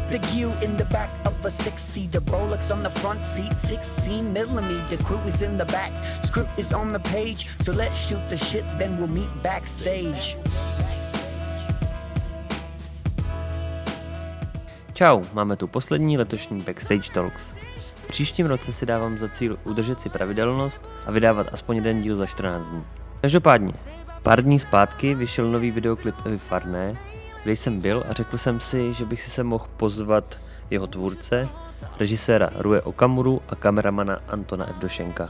Montague in the back of a six-seater, Rolex on the front seat, 16 millimeter. Crew is in the back, script is on the page. So let's shoot the shit, then we'll meet backstage. Čau, máme tu poslední letošní Backstage Talks. V příštím roce si dávám za cíl udržet si pravidelnost a vydávat aspoň jeden díl za 14 dní. Každopádně, pár dní zpátky vyšel nový videoklip Evy Farné, kde jsem byl a řekl jsem si, že bych si se mohl pozvat jeho tvůrce, režiséra Rue Okamuru a kameramana Antona Evdošenka.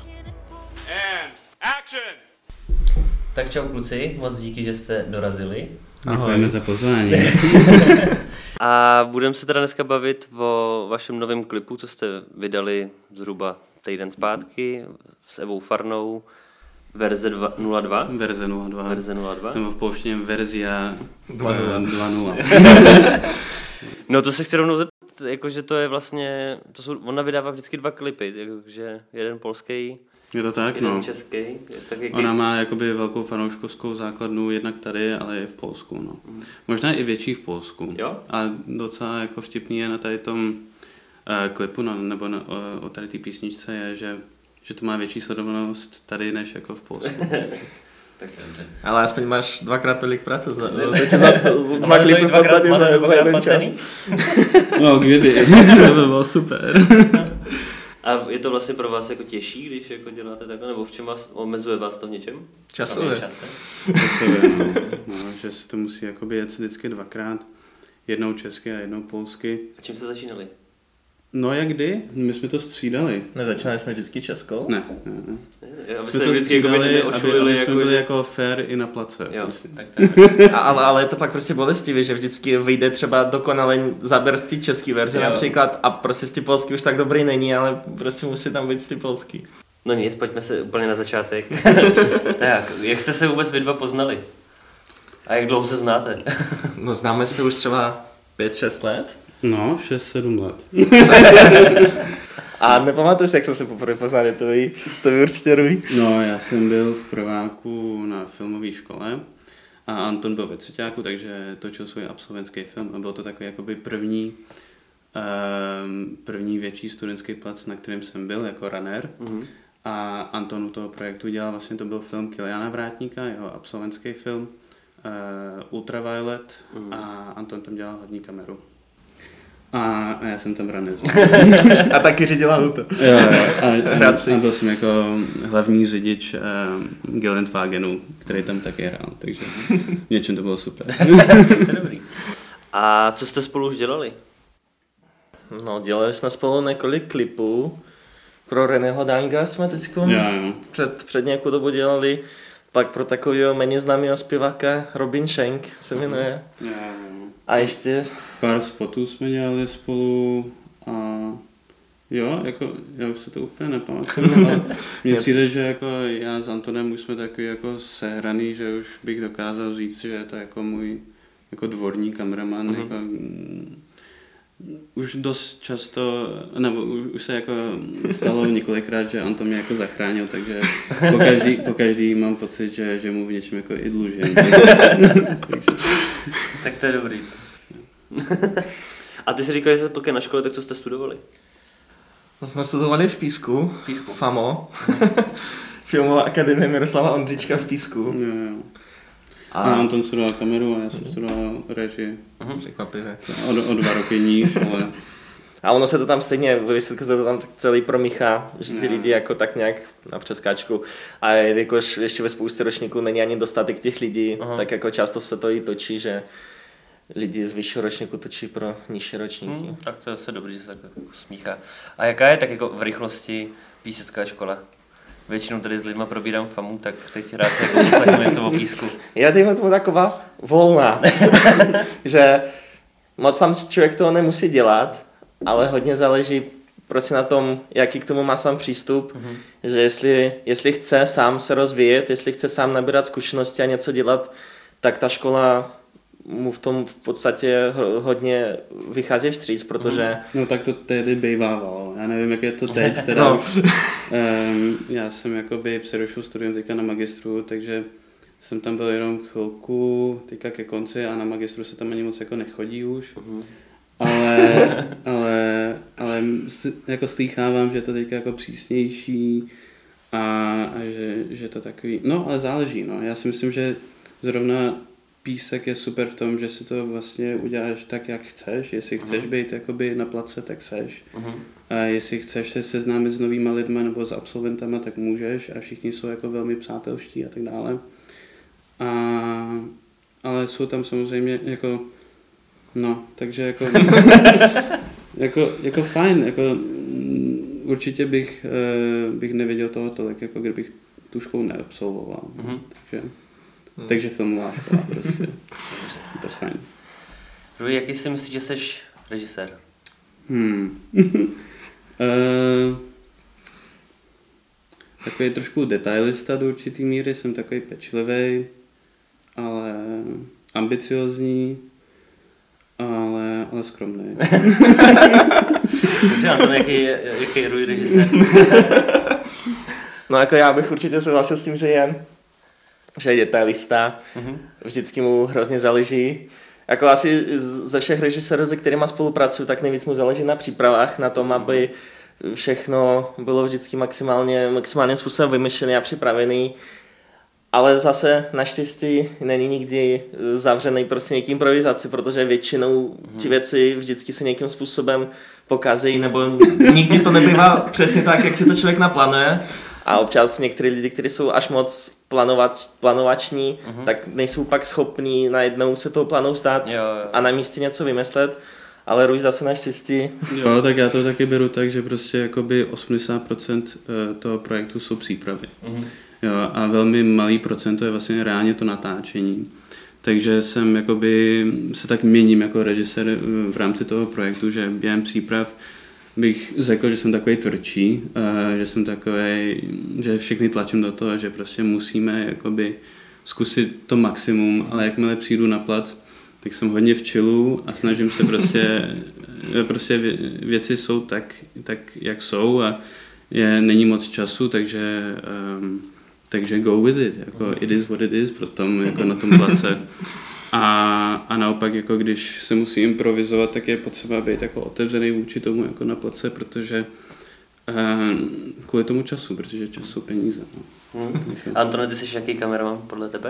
Tak čau kluci, moc díky, že jste dorazili. Děkujeme za pozvání. A budeme se teda dneska bavit o vašem novém klipu, co jste vydali zhruba týden zpátky s Evou Farnou, verze 02. Verze 02. Verze 02. Nebo v polštině verzia 2.0. No to se chci rovnou zeptat, jakože to je vlastně, ona vydává vždycky 2 klipy, jakože jeden polský, je to tak, jeden no. český. Tak jaký... Ona má jakoby velkou fanouškovskou základnu jednak tady, ale i v Polsku, no. Možná i větší v Polsku. Jo? A docela jako vtipný je na tady tom klipu, o tady té písničce je, že to má větší sledovanost tady, než jako v Polsku. Tak dobře. Ale aspoň máš dvakrát tolik práce za dva klipy v podstatě za jeden čas. No, kdyby. To by bylo super. A je to vlastně pro vás jako těžší, když jako děláte takhle, nebo v čem vás omezuje vás to v něčem? Časově. No, že se to musí jakoby jet vždycky dvakrát, jednou česky a jednou polsky. A čím jste začínali? No jak kdy? My jsme to střídali. Nezačínali jsme vždycky českou? Ne. Aby jsme se to vždycky střídali, jako aby jsme byli jako fair i na place. Jo, tak. ale je to pak prostě bolestivé, že vždycky vyjde třeba dokonale záběr z té české verze například a prostě z té polský už tak dobrý není, ale prostě musí tam být z té polský. No nic, pojďme se úplně na začátek. Tak, jak jste se vůbec vy dva poznali? A jak dlouho se znáte? No známe se už třeba 5-6 let. No, 6-7 let. A nepamatuješ, jak jsme se poprvé poznali, to ví určitě Rui. No, já jsem byl v prváku na filmové škole a Anton byl ve třeťáku, takže točil svůj absolventský film a byl to takový jakoby první větší studentský plac, na kterém jsem byl jako runner. Mm-hmm. A Anton u toho projektu dělal, vlastně to byl film Kiliana Vrátníka, jeho absolventský film Ultraviolet a Anton tam dělal hlavní kameru. A já jsem tam runner. A taky řídil auto. Jo, a byl jsem jako hlavní řidič Geländewagenů, který tam taky hrál, takže v něčem to bylo super. To je dobrý. A co jste spolu už dělali? No, dělali jsme spolu několik klipů. Pro Reného Danga jsme teďko před nějakou dobu dělali. Pak pro takového méně známého zpěváka Robin Schenk se jmenuje. A ještě... Pár spotů jsme dělali spolu a jo, jako já už se to úplně nepamatuju, ale mně přijde, že jako já s Antonem už jsme takový jako sehraný, že už bych dokázal říct, že je to jako můj jako dvorní kameraman, jako, už dost často, nebo už se jako stalo několikrát, že Anton mě jako zachránil, takže po každý mám pocit, že mu v něčem jako i dlužím. Tak to je dobrý. A ty jsi říkal, že jsi byl na škole, tak co jste studovali? No, jsme studovali v Písku. FAMO. Filmová akademie Miroslava Ondříčka v Písku. Jo. A Anton studoval kameru a já jsem studoval režii. Překvapivě. O 2 roky níž, ale... A ono se to tam stejně, ve výsledku se to tam celý promíchá, že ty lidi jako tak nějak na přeskáčku. A jakož ještě ve spoustě ročníků není ani dostatek těch lidí, tak jako často se to i točí, že lidi z vyššího ročníku točí pro nižší ročníky. Tak to je zase dobrý, že se tak jako smíchá. A jaká je tak jako v rychlosti písecká škola? Většinou tady s lidma probírám FAMu, tak teď rád se jako poslechnu něco o Písku. Já dejme tomu taková volná, že moc tam člověk toho nemusí dělat, ale hodně záleží prostě na tom, jaký k tomu má sám přístup, že jestli chce sám se rozvíjet, jestli chce sám nabírat zkušenosti a něco dělat, tak ta škola mu v tom v podstatě hodně vychází vstříc, protože... No tak to tehdy bývávalo. Já nevím, jak je to teď. Teda. No. Já jsem jakoby přerušil studium teďka na magistru, takže jsem tam byl jenom chvilku teďka ke konci a na magistru se tam ani moc jako nechodí už. Ale ale jako slýchávám, že je to teď jako přísnější a že to takový, no ale záleží, no. Já si myslím, že zrovna písek je super v tom, že si to vlastně uděláš tak, jak chceš. Jestli chceš být jakoby na place, tak seš. A jestli chceš se seznámit s novýma lidma nebo s absolventama, tak můžeš a všichni jsou jako velmi přátelští a tak dále. Ale jsou tam samozřejmě jako, no, takže jako fajn, jako určitě bych nevěděl toho tolik, jako kdybych tu školu neabsolvoval. Takže filmová škola prostě. To je fajn. Rui, jaký si myslíš, že jsi režisér? Takový trošku detailista do určitý míry, jsem takový pečlivý, ale ambiciozní, ale skromný. Dobře, Anton, jaký je Rui režisér? No jako já bych určitě souhlasil s tím, že je detailista, vždycky mu hrozně záleží. Jako asi ze všech režisérů, se kterýma spolupracuju, tak nejvíc mu záleží na přípravách, na tom, aby všechno bylo vždycky maximálním způsobem vymyšlené a připravený. Ale zase naštěstí není nikdy zavřený prostě někým improvizaci, protože většinou ty věci vždycky se nějakým způsobem pokazí, nebo nikdy to nebývá přesně tak, jak si to člověk naplánuje. A občas některý lidi, kteří jsou až moc plánovační, tak nejsou pak schopní najednou se toho plánu vzdát a na místě něco vymyslet. Ale Rui zase naštěstí. Jo, tak já to taky beru tak, že prostě jakoby 80% toho projektu jsou přípravy. Jo, a velmi malý procento je vlastně reálně to natáčení. Takže jsem jakoby, se tak měním jako režisér v rámci toho projektu, že během příprav bych řekl, že jsem takový tvrdší, že jsem takový, že všechny tlačím do toho, že prostě musíme jakoby zkusit to maximum, ale jakmile přijdu na plac, tak jsem hodně v chillu a snažím se prostě věci jsou tak jak jsou a není moc času, takže go with it, jako it is what it is, jako na tom place. A naopak, jako když se musí improvizovat, tak je potřeba být jako otevřený vůči tomu jako na place, protože kvůli tomu času, protože čas jsou peníze. No. Antone, ty jsi jaký kameraman podle tebe?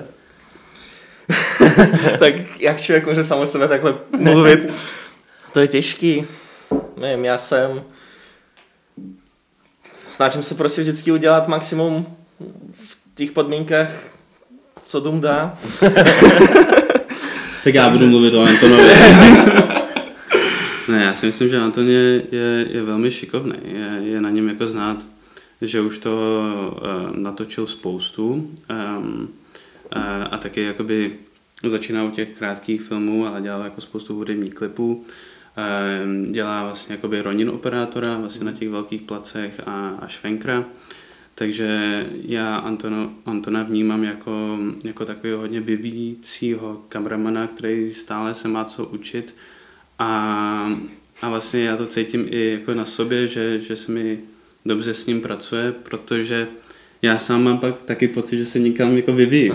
Tak jak člověk může sám o sebe takhle mluvit? To je těžký. Nevím, já snažím se prostě vždycky udělat maximum v těch podmínkách, co dům dá. Tak já budu mluvit o Antonovi. Ne, já si myslím, že Anton je velmi šikovný. Je na něm jako znát, že už to natočil spoustu a taky jakoby začínal u těch krátkých filmů, ale dělal jako spoustu hudebních klipů. Dělá vlastně jakoby Ronin operátora vlastně na těch velkých placech a švenkra. Takže já Antona vnímám jako takového hodně vyvíjícího kameramana, který stále se má co učit a vlastně já to cítím i jako na sobě, že se mi dobře s ním pracuje, protože já sám mám pak taky pocit, že se někam jako vyvíjím,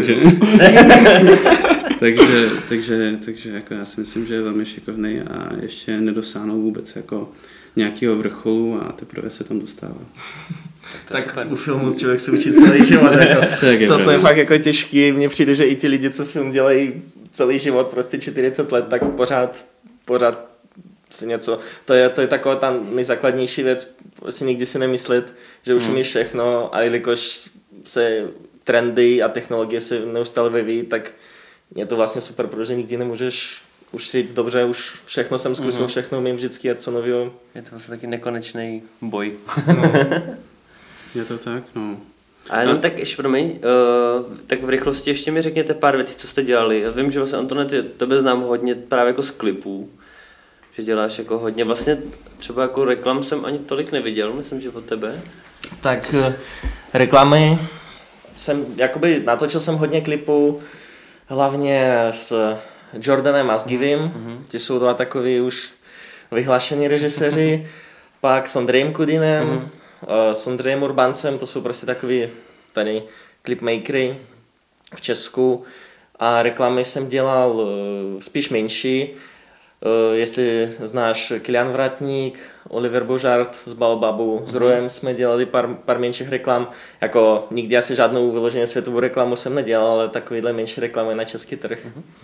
takže jako já si myslím, že je velmi šikovný a ještě nedosáhnul vůbec jako nějakého vrcholu a teprve se tam dostává. Tak u filmu člověk se učí celý život. Jako. To je fakt jako těžký. Mně přijde, že i ti lidi, co film dělají celý život, prostě 40 let, tak pořád si něco. To je taková ta nejzákladnější věc, prostě nikdy si nemyslet, že už umíš všechno a jelikož se trendy a technologie se neustále vyvíjí, tak je to vlastně super, protože nikdy nemůžeš už říct, dobře, už všechno jsem zkusil, všechno umím vždycky a co nového. Je to vlastně taky nekonečný boj. No. Je to tak, no. A jenom tak, ještě promiň, tak v rychlosti ještě mi řekněte pár věcí, co jste dělali. Já vím, že vlastně, Antone, tebe znám hodně právě jako z klipů, že děláš jako hodně, vlastně třeba jako reklam jsem ani tolik neviděl, myslím, že od tebe. Tak reklamy jakoby natočil jsem hodně klipů, hlavně s Jordanem a s Givim, ti jsou dva takový už vyhlášení režiséři, pak s Ondřejem Kudinem, s Ondřejem Urbancem, to jsou prostě takový tady clipmakery v Česku a reklamy jsem dělal spíš menší. Jestli znáš Kylian Vratník, Oliver Božart z Baobabu, s Rojem jsme dělali pár menších reklam, jako nikdy asi žádnou vyloženě světovou reklamu jsem nedělal, ale takovýhle menší reklamy na český trh.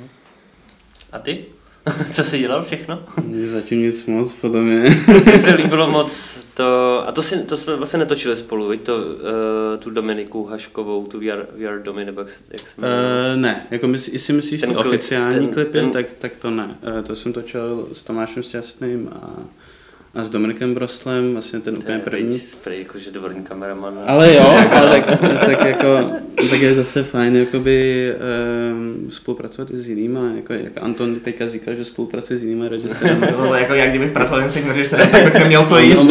A ty? Co jsi dělal všechno? Mně zatím nic moc, podle mě. Mně se líbilo moc to, a to jsme vlastně netočili spolu, viď? Tu Dominiku Haškovou, tu VR Domy, nebo jak se jmenuje? Ne, jako jestli myslíš ten oficiální klipy, tak to ne. To jsem točil s Tomášem Šťastným a s Dominikem Broslem, vlastně ten úplně první. Jakože dobrý kameraman. Ale jo, ale tak je zase fajn jakoby spolupracovat i s jinýma, jako Anton teďka říkal, že spolupracuje s jinýma režiséry. Jako jak kdybych pracoval s režisérem, tak bych neměl co jíst.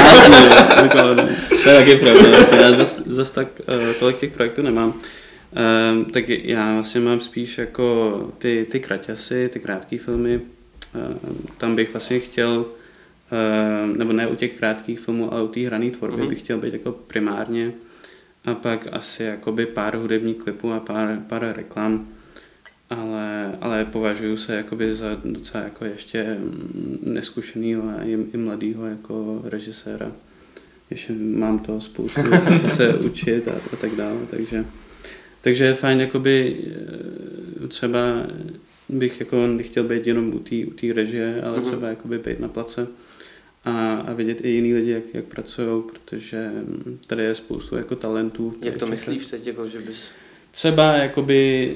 To je taky pravda, vlastně. Já zase tak tolik těch projektů nemám. Tak já vlastně mám spíš jako ty kraťasy, ty krátké filmy. Tam bych vlastně chtěl, nebo ne u těch krátkých filmů, ale u té hrané tvorby bych chtěl být jako primárně. A pak asi jakoby pár hudebních klipů a pár reklam. Ale považuji se jakoby za docela jako ještě neskušenýho a i mladýho jako režiséra. Ještě mám toho spoustu, co se učit a tak dále, takže je fajn, jakoby třeba bych jako nechtěl být jenom u té režie, ale třeba jakoby být na place a vidět i jiný lidi, jak pracují, protože tady je spoustu jako talentů. Jak to myslíš teď, jako, že bys... Třeba jakoby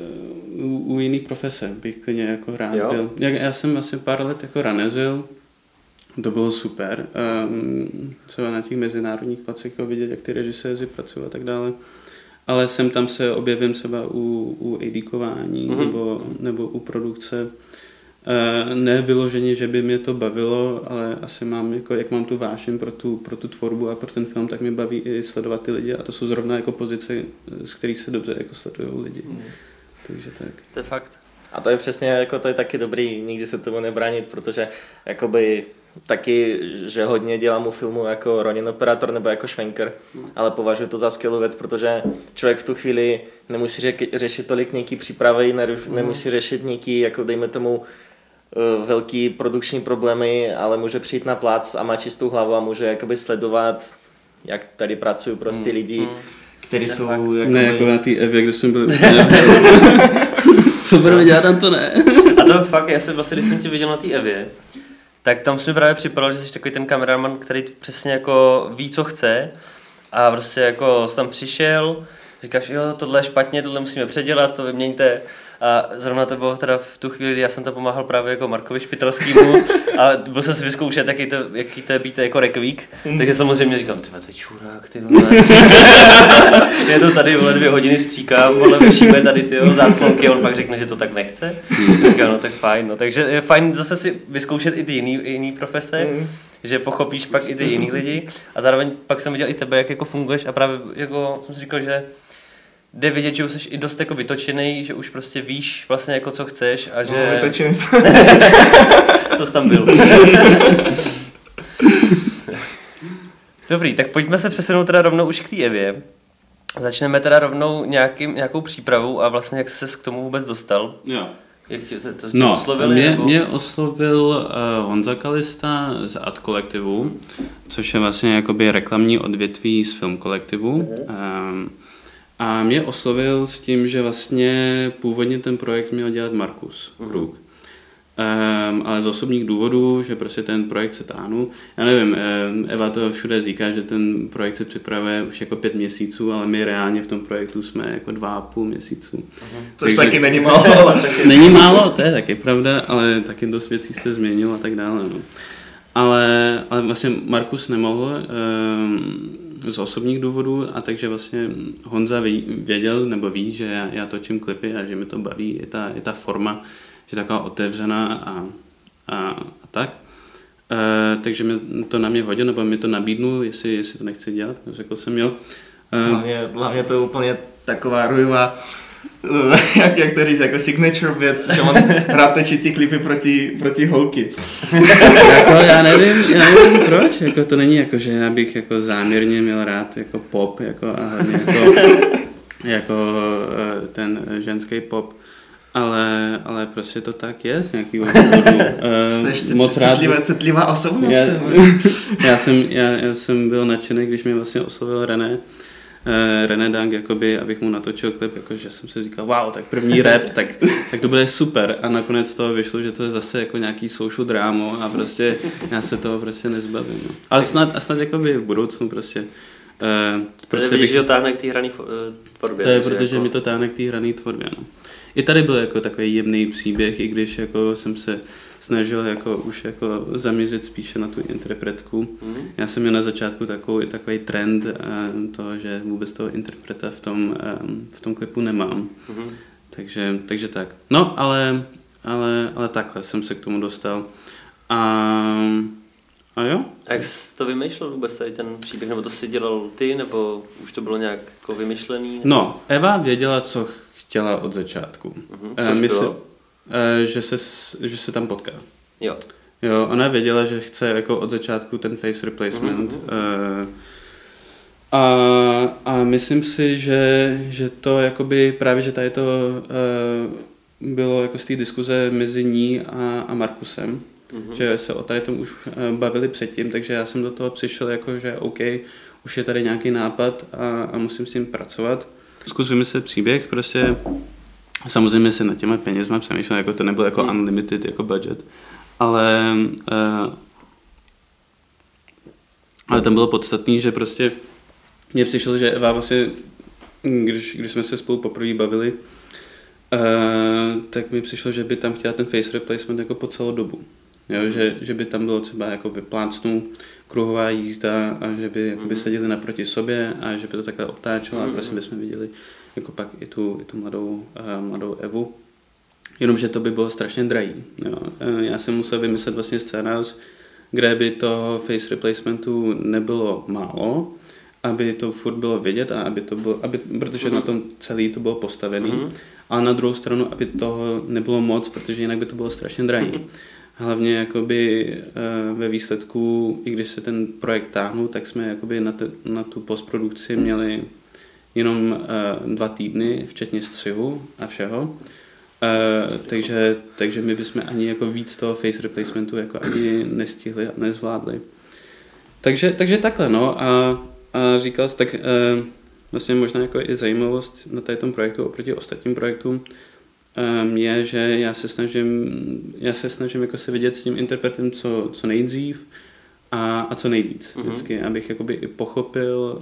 u jiných profese bych klidně jako rád byl. Já jsem vlastně pár let jako ranezil, to bylo super. Třeba na těch mezinárodních placech vidět, jak ty režiséři pracují a tak dále. Ale sem tam se objevím třeba u editování nebo u produkce. Nevyloženě, že by mě to bavilo, ale asi mám, jako, jak mám tu vášeň pro tu tvorbu a pro ten film, tak mě baví i sledovat ty lidi a to jsou zrovna jako pozice, z kterých se dobře jako sledují lidi. Takže tak. To je fakt. A to je přesně, jako to je taky dobrý, nikdy se tomu nebránit, protože jakoby taky, že hodně dělám u filmu jako Ronin operátor nebo jako švenker, ale považuji to za skvělou věc, protože člověk v tu chvíli nemusí řešit tolik nějaký přípravy, nemusí řešit nějaký, jako dejme tomu, velký produkční problémy, ale může přijít na plác a má čistou hlavu a může jakoby sledovat, jak tady pracují prostě lidi, kteří jsou jakoby... Ne, jako na té Evě, kde jsme byli. Co budeme dělat, tam to ne. A to fakt, já jsem vlastně, když jsem tě viděl na té Evě, tak tam jsi mi právě připadal, že jsi takový ten kameraman, který přesně jako ví, co chce a prostě jako jsi tam přišel, říkáš, jo, tohle je špatně, tohle musíme předělat, to vyměňte. A zrovna to bylo teda v tu chvíli, kdy já jsem tam pomáhal právě jako Markovi Špitalskému a byl jsem si vyzkoušet, jaký to je být jako rekvík, takže samozřejmě říkám, tyhle, to je čurák, ty vole. Jedu tady, vole, 2 hodiny stříkám, vole, vyšíme tady ty záslonky, on pak řekne, že to tak nechce. Říkám, no tak fajn, no. Takže je fajn zase si vyzkoušet i ty jiný profese, že pochopíš pak i ty jiný lidi a zároveň pak jsem viděl i tebe, jak jako funguješ a právě jako jsem si říkal, že jde vidět, že už jsi i dost jako vytočený, že už prostě víš vlastně jako co chceš a že... No, vytočený jsem. To jsi tam byl. Dobrý, tak pojďme se přesunout teda rovnou už k té Evě. Začneme teda rovnou nějakou přípravou a vlastně jak jsi se k tomu vůbec dostal. Jo. Jak to tě oslovili? Mě oslovil Honza Kalista z Ad kolektivu, což je vlastně jakoby reklamní odvětví z Film kolektivu. A mě oslovil s tím, že vlastně původně ten projekt měl dělat Markus Krug. Ale z osobních důvodů, že prostě ten projekt se táhnul. Já nevím, Eva to všude říká, že ten projekt se připravuje už jako 5 měsíců, ale my reálně v tom projektu jsme jako 2,5 měsíců. Což taky není málo. Není málo, to je taky pravda, ale taky dost věcí se změnilo a tak dále. No. Ale vlastně Markus nemohl z osobních důvodů a takže vlastně Honza věděl nebo ví, že já točím klipy a že mi to baví, je ta forma, že taková otevřená a tak. Takže mi to na mě hodil, nebo mi to nabídnul, jestli to nechci dělat, řekl jsem jo. Hlavně to je úplně taková rujová, jak to říct, jako signature věc, že on rád točí ty klipy proti holky. Jako já nevím proč, jako to není jako, že já bych jako záměrně měl rád jako pop, jako a hlavně jako ten ženský pop. ale prostě to tak je z nějakého důvodu. Moc citlivá osobnost. Já jsem byl nadšený, když mě vlastně oslovil René Dang, jakoby, abych mu natočil klip, jako, že jsem si říkal, wow, tak první rap, tak to bude super. A nakonec toho vyšlo, že to je zase jako nějaký social drámo a prostě já se toho prostě nezbavím. No. Ale snad jakoby v budoucnu prostě. Prostě víš, že to táhne k té hrané tvorbě. To je, protože mi to táhne k té hrané tvorbě. No. I tady byl jako takový jemný příběh, i když jako jsem se snažil jako už jako zaměřit spíše na tu interpretku. Já jsem měl na začátku takový trend toho, že vůbec toho interpreta v tom klipu nemám. Takže tak. No, ale takhle jsem se k tomu dostal. A jo? A jak jsi to vymýšlel vůbec tady ten příběh? Nebo to si dělal ty, nebo už to bylo nějak jako vymyšlený? Nebo... No, Eva věděla, co chtěla od začátku. Což bylo? Že se tam potká. Jo, ona věděla, že chce jako od začátku ten face replacement. A myslím si, že to jakoby právě, že tady to bylo jako z té diskuze mezi ní a Markusem, že se o tady tom už bavili předtím, takže já jsem do toho přišel jako, že OK, už je tady nějaký nápad a musím s tím pracovat. Zkus vymyslet příběh, prostě samozřejmě se nad těma penězma přemýšlel, jako to nebyl jako unlimited jako budget, ale tam bylo podstatný, že prostě mně přišlo, že Eva vlastně, když jsme se spolu poprvé bavili, tak mi přišlo, že by tam chtěla ten face replacement jako po celou dobu. Jo, že by tam bylo třeba jako plácnu kruhová jízda a že by jakoby seděli naproti sobě a že by to takhle obtáčelo a prostě bychom viděli jako pak i tu mladou Evu. Jenomže to by bylo strašně drahý. Jo. Já jsem musel vymyslet vlastně scénář, kde by toho face replacementu nebylo málo, aby to furt bylo vidět a protože na tom celý to bylo postavený, a na druhou stranu, aby toho nebylo moc, protože jinak by to bylo strašně drahý. Hlavně jakoby ve výsledku, i když se ten projekt táhnul, tak jsme jakoby na tu postprodukci měli jenom 2 týdny, včetně střihu a všeho. Takže my bychom ani jako víc toho face replacementu jako ani nestihli a nezvládli. Takže takhle, no. A říkal jsi, tak vlastně možná jako i zajímavost na tady tom projektu oproti ostatním projektům je, že já se snažím jako se vidět s tím interpretem co nejdřív a co nejvíc vždycky, abych jakoby i pochopil,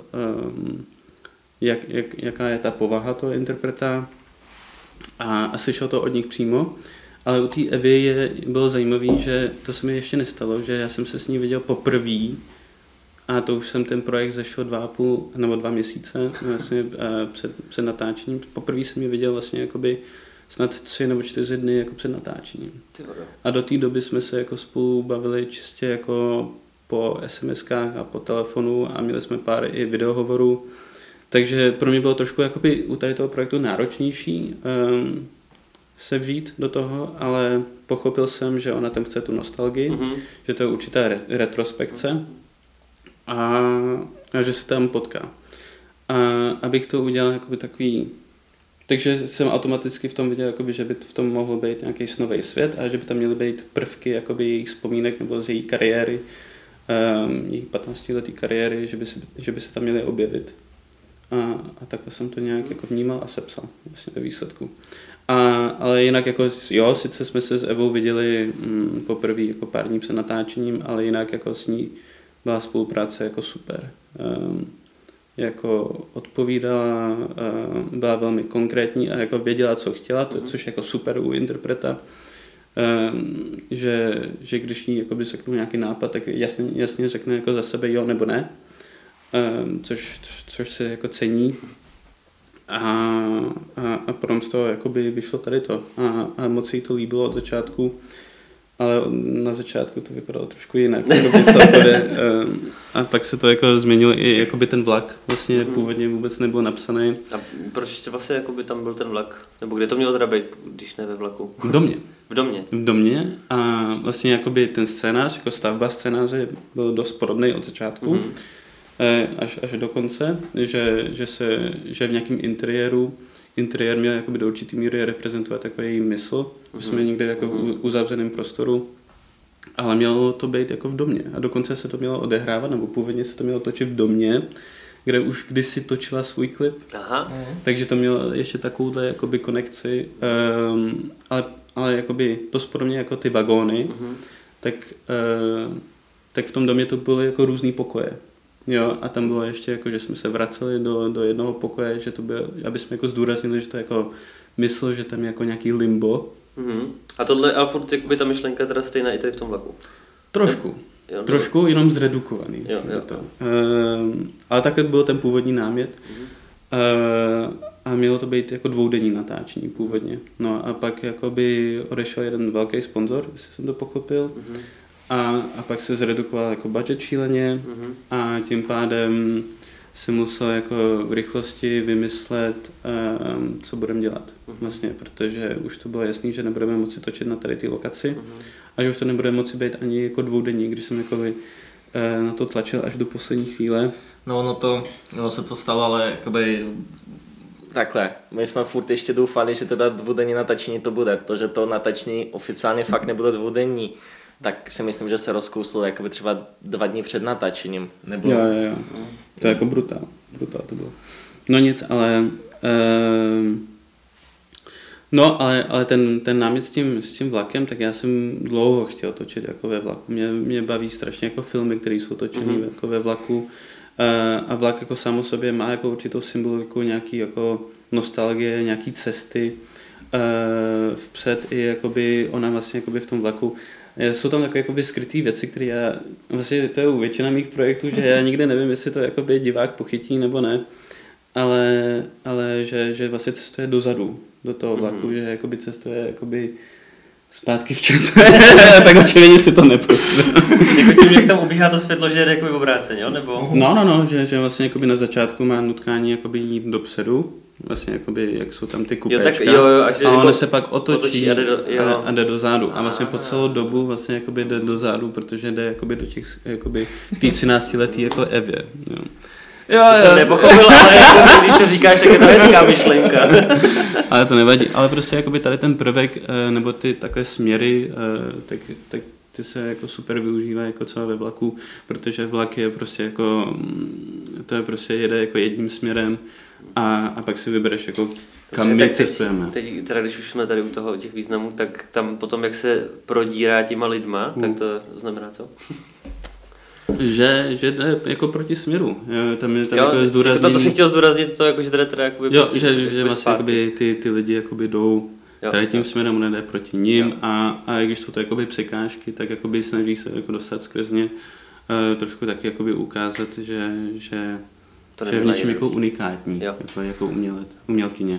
jaká je ta povaha toho interpreta a slyšel to od nich přímo. Ale u té Evy bylo zajímavé, že to se mi ještě nestalo, že já jsem se s ní viděl poprvé a to už jsem ten projekt zašel 2,5 nebo 2 měsíce vlastně před natáčením. Poprvé jsem ji viděl vlastně jakoby snad 3 nebo 4 dny jako před natáčením. A do té doby jsme se jako spolu bavili čistě jako po SMS-kách a po telefonu a měli jsme pár i videohovorů. Takže pro mě bylo trošku jakoby u tady toho projektu náročnější se vžít do toho, ale pochopil jsem, že ona tam chce tu nostalgii, že to je určitá retrospekce a že se tam potká. A abych to udělal jakoby takový. Takže jsem automaticky v tom viděl, jakoby, že by v tom mohl být nějaký snový svět a že by tam měly být prvky jakoby jejich vzpomínek nebo z její kariéry, její 15letý kariéry, že by se tam měly objevit. A takhle jsem to nějak jako vnímal a sepsal vlastně ve výsledku. Ale jinak jako, jo, sice jsme se s Evou viděli poprvé jako pár dní před natáčením, ale jinak jako s ní byla spolupráce jako super. Jako odpovídala, byla velmi konkrétní a jako věděla, co chtěla, což jako super u interpreta, že když jí jakoby řeknu nějaký nápad, tak jasně řekne jako za sebe jo nebo ne, což se jako cení a potom z toho jakoby vyšlo tady to a moc se jí to líbilo od začátku, ale na začátku to vypadalo trošku jinak. A pak se to jako změnilo i jakoby ten vlak. Vlastně původně vůbec nebyl napsaný. A proč ještě vlastně jakoby tam byl ten vlak? Nebo kde to mělo teda být, když ne ve vlaku? V domě. V domě a vlastně jakoby ten scénář, jako stavba scénáře byl dost podobný od začátku. Až do konce, že v nějakém interiéru, interiér měl jakoby do určitý míry reprezentovat takový její mysl. Jsme někde jako v uzavřeném prostoru, ale mělo to být jako v domě. A dokonce se to mělo odehrávat, nebo původně se to mělo točit v domě, kde už kdysi točila svůj klip. Aha. Takže to mělo ještě takovouhle jakoby konekci, ale jakoby dost podobně jako ty vagóny, tak v tom domě to byly jako různý pokoje. Jo, a tam bylo ještě jako, že jsme se vraceli do jednoho pokoje, že to bylo, aby jsme jako zdůraznili, že to jako mysl, že tam je jako nějaký limbo. A tohle, ale furt jakoby ta myšlenka teda stejná i tady v tom vlaku. Trošku. Jo, Trošku, jenom zredukovaný. Jo. To. Ale takhle byl ten původní námět. A mělo to být jako dvoudenní natáčení původně. No a pak jakoby odešel jeden velký sponzor, jestli jsem to pochopil. A pak se zredukoval jako budget šíleně a tím pádem se musel jako v rychlosti vymyslet, co budeme dělat vlastně, protože už to bylo jasný, že nebudeme moci točit na tady té lokaci a že už to nebude moci být ani jako dvoudenní, když jsem jakoby, na to tlačil až do poslední chvíle. No ono se to stalo, ale jakoby takhle, my jsme furt ještě doufali, že teda dvoudenní natáčení to bude, to, že to natáčení oficiálně fakt nebude dvoudenní, tak si myslím, že se rozkouslo jakoby třeba 2 dny před natáčením. Nebylo... Jo. To je jako brutál to bylo. No nic, ale ten námět s tím vlakem, tak já jsem dlouho chtěl točit jako ve vlaku. Mě baví strašně jako filmy, které jsou točené jako ve vlaku. A vlak jako sám o sobě má jako určitou symboliku, nějaký jako nostalgie, nějaký cesty vpřed i jakoby ona vlastně jakoby v tom vlaku. Jsou tam takové jakoby skrytý věci, které já, vlastně to je u většina mých projektů, že já nikdy nevím, jestli to jakoby divák pochytí nebo ne, ale že vlastně cestuje dozadu do toho vlaku, že jakoby cestuje jakoby zpátky v čase, tak očividně si to nepustí. Jako tím, jak tam ubíhá to světlo, že jde jakoby obráceně, jo? Nebo? No, že vlastně jakoby na začátku má nutkání jakoby jít dopředu, vlastně jakoby, jak jsou tam ty kupéčka, a ono se pak otočí a jde dozadu. A vlastně po celou dobu vlastně jakoby jde dozadu, protože jde jakoby do těch, jakoby tý 13letý jako Evě. Jo. To jsem nepochopil, ale jako, když to říkáš, tak je to hezká myšlenka. Ale to nevadí. Ale prostě jakoby tady ten prvek, nebo ty takové směry, tak ty se jako super využívají jako třeba ve vlaku, protože vlak je prostě jako, to je prostě jede jako jedním směrem a pak si vybereš jako kam my cestujeme. Teď teda, když už jsme tady u toho těch významů, tak tam potom, jak se prodírá těma lidma, tak to znamená co? Že jde jako proti směru. Tam jako zdůraznění. To si chtěl zdůraznit, to jako, že jde teda jakoby proti, že vlastně jakoby ty lidi jakoby jdou tady tím směrem, nejde proti ním a když jsou to jakoby překážky, tak jakoby snaží se jako dostat skrz ně, trošku taky jakoby ukázat, že je v něčem jako unikátní, jako umělkyně.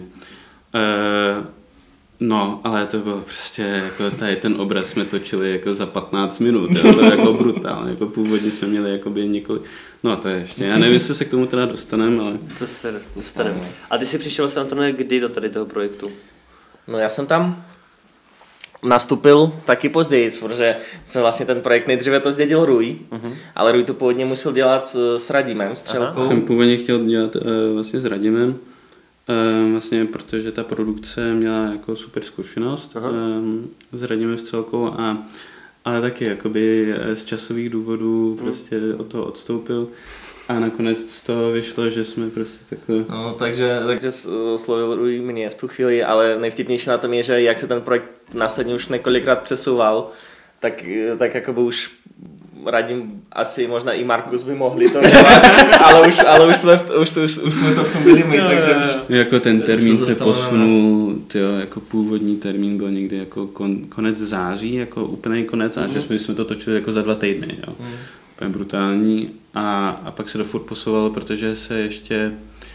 No, ale to bylo prostě, jako tady ten obraz jsme točili jako za 15 minut, to je jako brutálně, jako původně jsme měli jakoby několik, no a to je ještě, já nevím, jestli se k tomu teda dostaneme, ale... To se dostaneme. A ty jsi přišel vlastně, Antone, kdy do tady toho projektu? No já jsem tam nastupil taky později, protože jsme vlastně ten projekt nejdříve to zdědil Rui, ale Rui to původně musel dělat s Radimem Střelkou. Jsem původně chtěl dělat vlastně s Radimem, vlastně protože ta produkce měla jako super zkušenost s Radimem Střelkou ale taky jakoby z časových důvodů prostě od toho odstoupil. A nakonec z toho vyšlo, že jsme prostě takhle... No, takže oslovil Rui mě v tu chvíli, ale nejvtipnější na tom je, že jak se ten projekt následně už několikrát přesouval, tak jakoby už Radim, asi možná i Markus by mohli to dělat, ale už jsme to v tom byli my, takže už... Jako ten termín se posunul, jako původní termín byl někdy jako konec září, jako úplný konec, a že jsme to točili jako za 2 týdny, jo. Úplně brutální a pak se to furt posouvalo, protože se ještě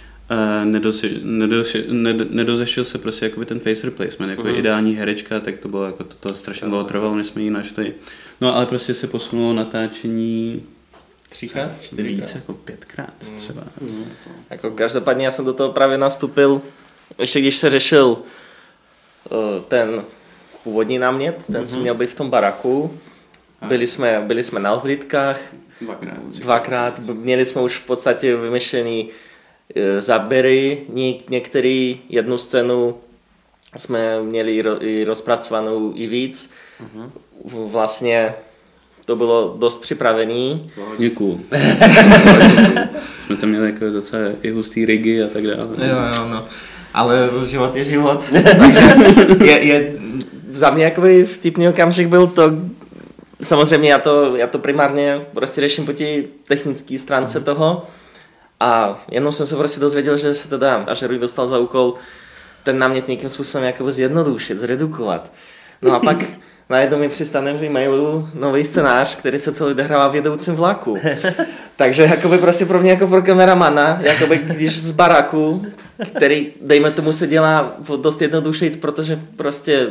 nedozešel se prostě jakoby ten face replacement, jako ideální herečka, tak to bylo jako to strašně dlouho trvalo, než jsme ji našli. No ale prostě se posunulo natáčení 3x? 4x? Víc, jako 5x třeba. Jako každopádně já jsem do toho právě nastupil, ještě když se řešil ten původní námět, ten co měl být v tom baraku. Byli jsme na ohlídkách, dvakrát. Měli jsme už v podstatě vymyšlený záběry, některé jednu scénu jsme měli rozpracovanou i víc. Vlastně to bylo dost připravený. Hodně cool. Jsme tam měli jako docela i hustý rigy a tak dále. Jo, no. Ale život je život. Takže je za mě jakoby vtipný okamžik byl to, samozřejmě já to primárně prostě řeším po té technické stránce toho a jednou jsem se prostě dozvěděl, že se to dá a že Rui dostal za úkol ten námět nějakým způsobem jakoby zjednodušit, zredukovat. No a pak najednou mi přistane v e-mailu nový scénář, který se celý odehrává v jedoucím vlaku. Takže jakoby prostě pro mě jako pro kameramana, jakoby když z baraku, který dejme tomu se dělá dost jednodušejc, protože prostě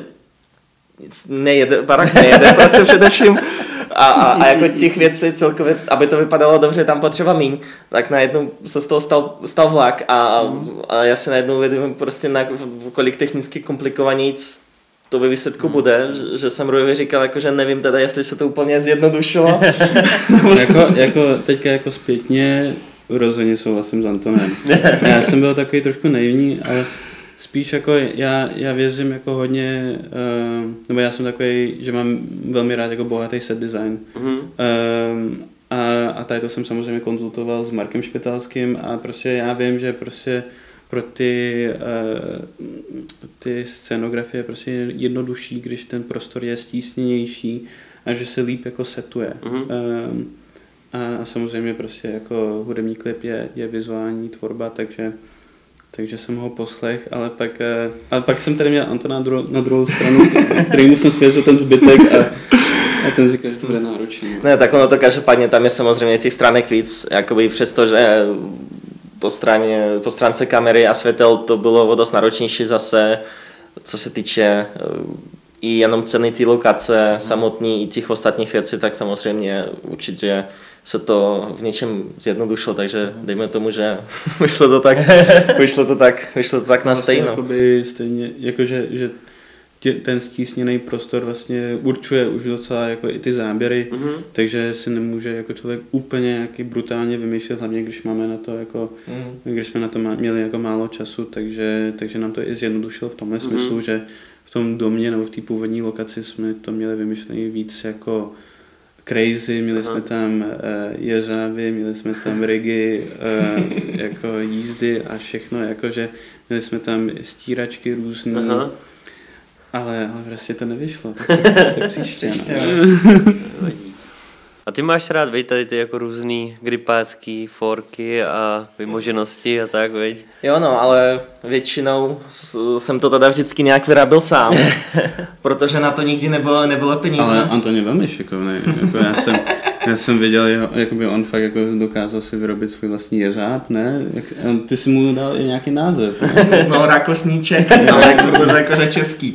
barak nejede prostě především a jako těch věcí celkově, aby to vypadalo dobře, tam potřeba míň, tak najednou se z toho stal vlak a já si najednou uvědomím prostě kolik technicky komplikovanějc to ve výsledku bude, že jsem Rujovi říkal, jako, že nevím teda, jestli se to úplně zjednodušilo. Teďka jako zpětně rozhodně souhlasím s Antonem. Já jsem byl takový trošku naivní, ale spíš jako já věřím jako hodně, nebo já jsem takový, že mám velmi rád jako bohatý set design. A tady to jsem samozřejmě konzultoval s Markem Špitalským a prostě já vím, že prostě pro ty scénografie je prostě jednodušší, když ten prostor je stísněnější a že se líp jako setuje. A samozřejmě prostě jako hudební klip je vizuální tvorba, takže jsem ho poslech, ale pak jsem tady měl Antona na druhou stranu, kterýmu jsem svěřil ten zbytek a ten říkal, že to bude náročný. Ne, tak ono to každopádně, tam je samozřejmě těch stránek víc, jakoby přesto, že po stránce kamery a světel to bylo dost náročnější zase, co se týče i jenom ceny té lokace samotný i těch ostatních věcí, tak samozřejmě určitě se to v něčem zjednodušilo, takže dejme tomu, že vyšlo to tak na stejno. Stejně, jakože že ten stísněný prostor vlastně určuje už docela jako i ty záběry, takže si nemůže jako člověk úplně nějaký brutálně vymýšlet, hlavně když máme na to jako, když jsme na to měli jako málo času, takže nám to i zjednodušilo v tomhle smyslu, že v tom domě nebo v té původní lokaci jsme to měli vymyšlený víc jako crazy, měli jsme tam jeřávy, měli jsme tam rigy, jako jízdy a všechno, jakože měli jsme tam stíračky různý. Ale vlastně to nevyšlo, tak příště. A ty máš rád, veď, tady ty jako různý gripácký forky a vymoženosti a tak, veď? Jo no, ale většinou jsem to teda vždycky nějak vyrábil sám, protože na to nikdy nebylo peníze. Ale Anton je velmi šikovný, jako já jsem viděl, jakoby on fakt jako dokázal si vyrobit svůj vlastní jeřáb, ne? Ty si mu dal i nějaký název. Ne? No, rakosníček, ale jakože český.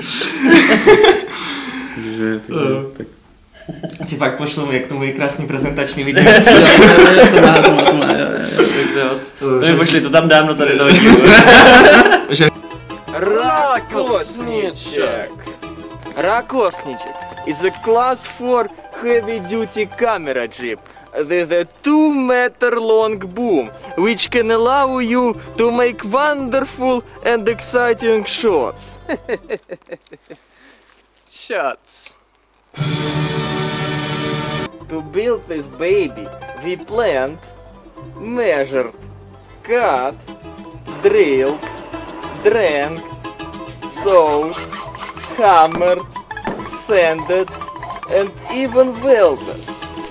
Takže tak. Ti pak pošlu, jak to můj krásný prezentační video. To má. To mi pošli, to tam dám, no tady to hodím. Rakosniček is a class 4 heavy duty camera jeep with a 2-meter long boom, which can allow you to make wonderful and exciting shots. To build this baby, we planned, measured, cut, drilled, drank, sewed, hammered, sanded, and even welded.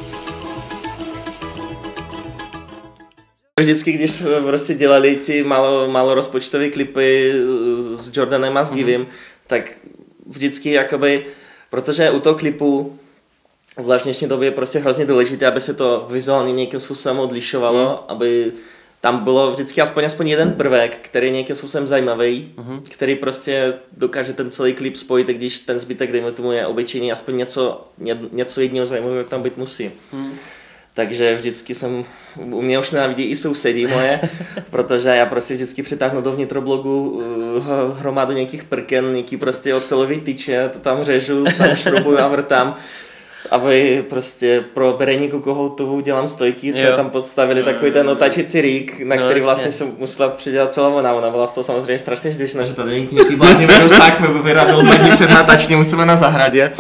Vždycky, když prostě dělali ti malo rozpočtové klipy s Jordanem a s Givim, tak vždycky jakoby, protože u toho klipu v dnešní době je prostě hrozně důležité, aby se to vizuálně nějakým způsobem odlišovalo, aby tam bylo vždycky aspoň jeden prvek, který je nějakým způsobem zajímavý, který prostě dokáže ten celý klip spojit, když ten zbytek, dejme tomu, je obyčejný, aspoň něco jedního zajímavého tam být musí. Takže vždycky u mě už nenávidí i sousedí moje, protože já prostě vždycky přitáhnu do vnitroblogu hromadu nějakých prken, nějaký prostě ocelový tyče, to tam řežu, tam šroubuju a vrtám. aby prostě pro Bereníku Kohoutovou dělám stojky, jsme tam postavili takový ten otáčecí rýk, na který vlastně jsem musela přidělat celou ona byla z toho samozřejmě strašně vděčná, že tady nějaký bláznivý rusák vyráběl 2 dny před natáčením u sebe na zahradě.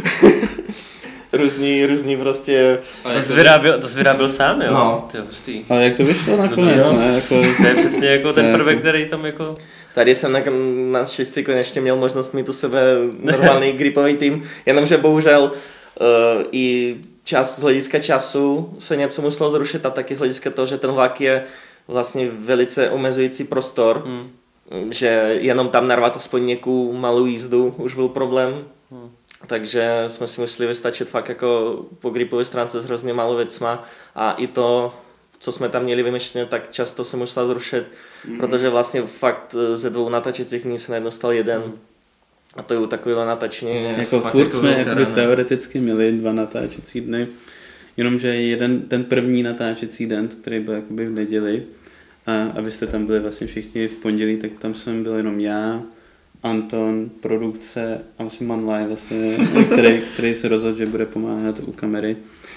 Různý prostě... To jsi vyráběl sám, jo? No. Tyjo, hustý. Ale jak to vyšlo nakonec, No ne? Jako... To je přesně jako ten prvek, který tam jako... Tady jsem na štěstí konečně měl možnost mít u sebe normální gripový tým, jenomže bohužel i z hlediska času se něco muselo zrušit a taky z hlediska toho, že ten vlak je vlastně velice omezující prostor, že jenom tam narvat aspoň nějakou malou jízdu už byl problém. Takže jsme si museli vystačit fakt jako po gripové stránce s hrozně málo věcma a i to, co jsme tam měli vymyšlené, tak často se musela zrušit, protože vlastně fakt ze 2 natáčecích dní se najednou stal jeden. A to je u takového natáčení. Jako furt jsme jakoby teoreticky měli 2 natáčecí dny, jenomže ten první natáčecí den, který byl jakoby v neděli, a vy jste tam byli vlastně všichni v pondělí, tak tam jsem byl jenom já, Anton, produkce a vlastně Manlaj, vlastně, který se rozhodl, že bude pomáhat u kamery.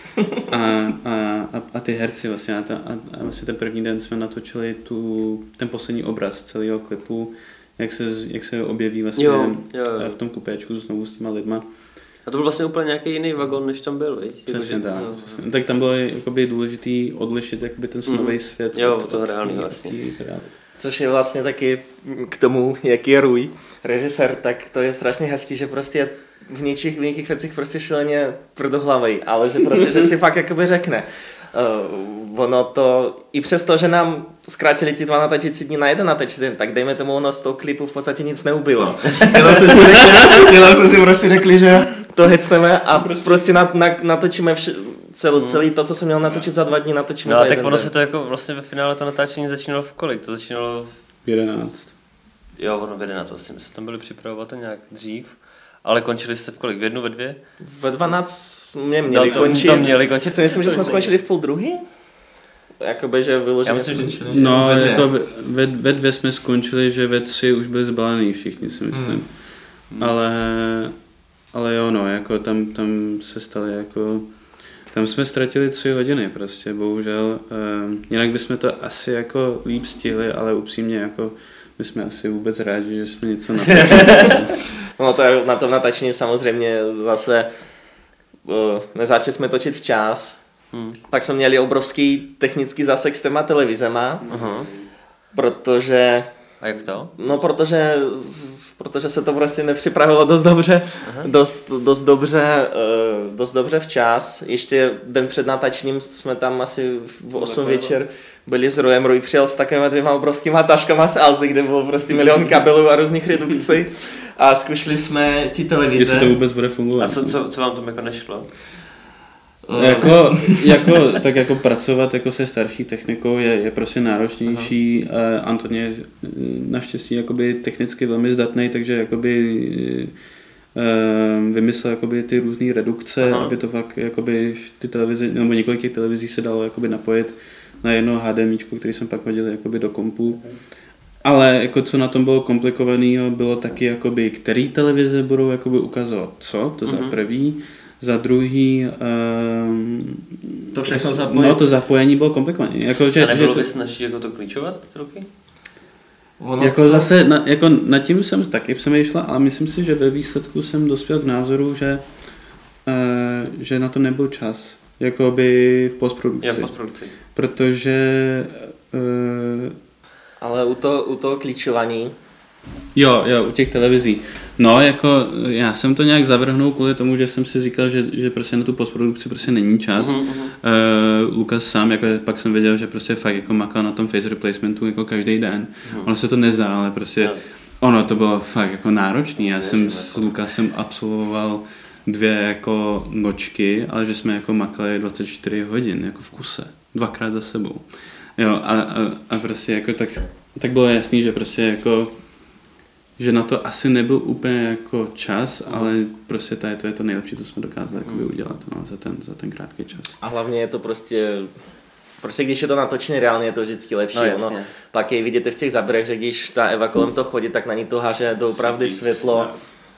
A ty herci vlastně. A vlastně ten první den jsme natočili ten poslední obraz celého klipu, jak se objeví vlastně v tom kupéčku znovu s těma lidma. A to byl vlastně úplně nějaký jiný vagon, než tam byl, viď? Přesně tak. Přesně. Tak tam bylo jakoby důležitý odlišit jakoby ten snový svět. Jo, toho reálný vlastně. Což je vlastně taky k tomu, jaký je Rui, režisér, tak to je strašně hezký, že prostě v nějakých věcích prostě šíleně tvrdohlavej, ale že prostě, že si fakt jakoby řekne. Ono to, i přesto, že nám zkrátili ty 2 natáčecí dní na 1 natáčecí den, tak dejme tomu, ono z toho klipu v podstatě nic neubilo. Jenom jsme si prostě řekli, že to hecneme a prostě natočíme celý to, co jsem měl natočit za 2 dny, natočíme za 1 den. Tak ono se to jako vlastně ve finále to natáčení začínalo v kolik? To začínalo v 11. Jo, ono v 11 vlastně, my jsme tam byli připravovat to nějak dřív. Ale končili jste v kolik? V 1, ve 2? Ve 12 mě měli končit. To měli končit. Myslím, že jsme skončili v 1:30? Jakoby, že vyloženě skončili. No, jako ve 2 jsme skončili, že ve 3 už byli zbalený všichni, si myslím. Ale jo, no, jako tam se stali jako... Tam jsme ztratili 3 hodiny prostě, bohužel. Jinak bychom to asi jako líp stihli, ale upřímně jako my jsme asi vůbec rádi, že jsme něco natočili. No to je na tom natáčení samozřejmě zase nezačali jsme točit včas. Pak jsme měli obrovský technický zasek s těma televizema, protože... A jak to? No protože se to prostě nepřipravilo dost dobře, dost dobře včas. Ještě den před natáčením jsme tam asi v 8 večer byli s Rojem. Roj přijel s takovými 2 obrovskýma taškama z Alzy, kde bylo prostě milion kabelů a různých redukcí. A zkušili jsme ty televize. Jestli to vůbec bude fungovat. A co vám tam jako nešlo? Jako pracovat jako se starší technikou je prostě náročnější. Anton je naštěstí jakoby technicky velmi zdatný, takže jakoby vymyslel jakoby ty různé redukce, aby to fakt jakoby ty televize, nebo několik těch televizí se dalo jakoby napojit na jedno HDMIčko, který jsem pak hodil jakoby do kompu. Ale jako co na tom bylo komplikovaného, bylo taky jakoby, který televize budou jakoby ukazovat co, to za prvý. Za druhý... to všechno zapojení. No, to zapojení bylo komplikované. Jako, a nebylo by snažší jako to klíčovat ty roky? Jako zase, nad tím jsem taky přemýšlel, ale myslím si, že ve výsledku jsem dospěl k názoru, že na to nebyl čas. Jakoby v postprodukci. Já v postprodukci. Protože... Ale u toho klíčování... Jo, u těch televizí. No, jako já jsem to nějak zavrhnul kvůli tomu, že jsem si říkal, že prostě na tu postprodukci prostě není čas. Lukas sám, jako pak jsem věděl, že prostě fakt jako makal na tom face replacementu jako každý den. Ono se to nezdá, ale prostě ono to bylo fakt jako náročný. Já jsem s Lukasem absolvoval 2 jako nočky, ale že jsme jako makali 24 hodin jako v kuse. 2krát za sebou. Jo, a prostě jako tak bylo jasný, že prostě jako že na to asi nebyl úplně jako čas, ale prostě to je to nejlepší, co jsme dokázali udělat za ten krátký čas. A hlavně je to prostě když je to natočené reálně, je to vždycky lepší. No, pak je vidíte v těch záběrech, že když ta Eva kolem toho chodí, tak na ní to háže doopravdy světlo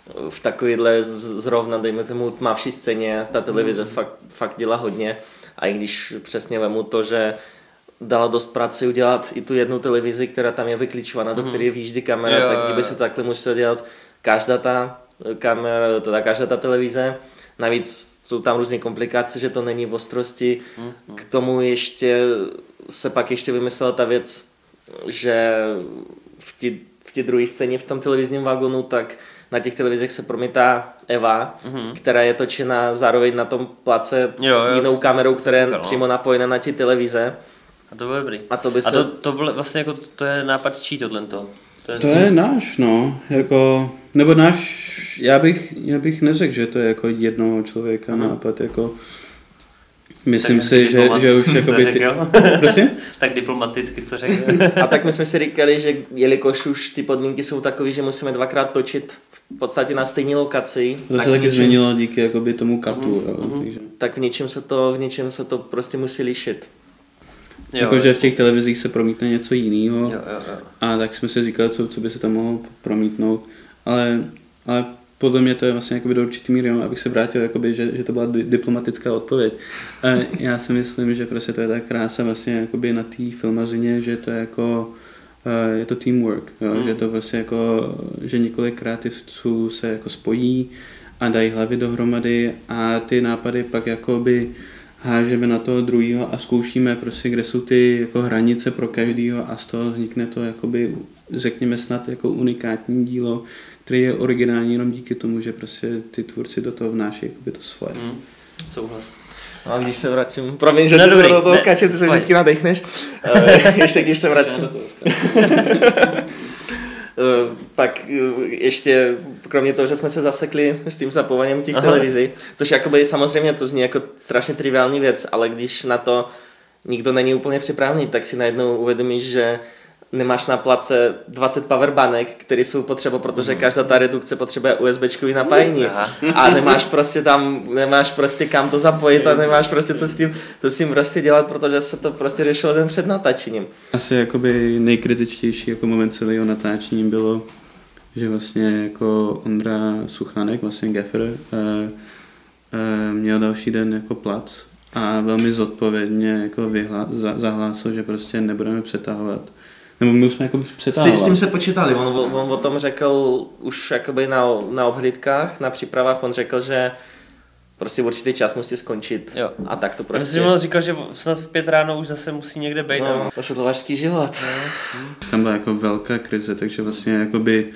v takovýhle zrovna, dejme tomu, tmavší scéně, ta televize fakt dělá hodně. A i když přesně vemu to, že dala dost práce udělat i tu jednu televizi, která tam je vykličovaná, do které vjíždí kamera, tak kdyby se takhle musel dělat každá ta kamera, teda každá ta televize. Navíc jsou tam různé komplikace, že to není v ostrosti. K tomu se pak ještě vymyslela ta věc, že v té druhé scéně v tom televizním vagonu, tak na těch televizích se promítá Eva, která je točena zároveň na tom place jinou kamerou, která je přímo napojená na ty televize. A to bylo dobrý. A to bylo vlastně jako, to je nápad čí tohlento? To je náš, no, jako, nebo náš, já bych neřekl, že to je jako jednoho člověka nápad, jako, myslím si, že už jakoby prosím? Tak diplomaticky jsi to řekl. A tak my jsme si říkali, že jelikož už ty podmínky jsou takové, že musíme dvakrát točit v podstatě na stejné lokaci. To se taky změnilo díky jakoby tomu katu. Takže. Tak v něčem se to prostě musí lišit. Jakože v těch televizích se promítne něco jiného a tak jsme si říkali, co by se tam mohlo promítnout, ale podle mě to je vlastně do určitý míry, abych se vrátil, jakoby, že to byla diplomatická odpověď. Já si myslím, že prostě to je ta krása vlastně jakoby na té filmařině, že to je jako je to teamwork, jo? Že to prostě jako, že několik kreativců se jako spojí a dají hlavy dohromady a ty nápady pak jakoby hážeme na toho druhého a zkoušíme prostě, kde jsou ty jako hranice pro každýho a z toho vznikne to jakoby, řekněme snad jako unikátní dílo, který je originální jenom díky tomu, že prostě ty tvůrci do toho vnáší jakoby to svoje. Souhlas. No a když se vrátím, promiň, že do toho skáčem, ty se vždycky nadechneš, ještě když se vrátím. Pak ještě, kromě toho, že jsme se zasekli s tím zapojením těch televizí, což jakoby samozřejmě to zní jako strašně triviální věc, ale když na to nikdo není úplně připravený, tak si najednou uvědomíš, že nemáš na place 20 powerbanek, které jsou potřeba, protože každá ta redukce potřebuje USBčkový napájení a nemáš prostě kam to zapojit a nemáš prostě co s tím prostě dělat, protože se to prostě řešilo den před natáčením. Asi jakoby nejkritičtější jako moment celého natáčení bylo, že vlastně jako Ondra Suchánek, vlastně gaffer, měl další den jako plac a velmi zodpovědně jako zahlásil, že prostě nebudeme přetahovat. Nebo my jsme jako přetahovat. S tím se počítali, on o tom řekl už jakoby na obhlídkách, na přípravách, on řekl, že prostě určitý čas musí skončit a tak to prostě. Já jsem říkal, že snad v 5 ráno už zase musí někde být. No, osvětlovačský život. Tam byla jako velká krize, takže vlastně jakoby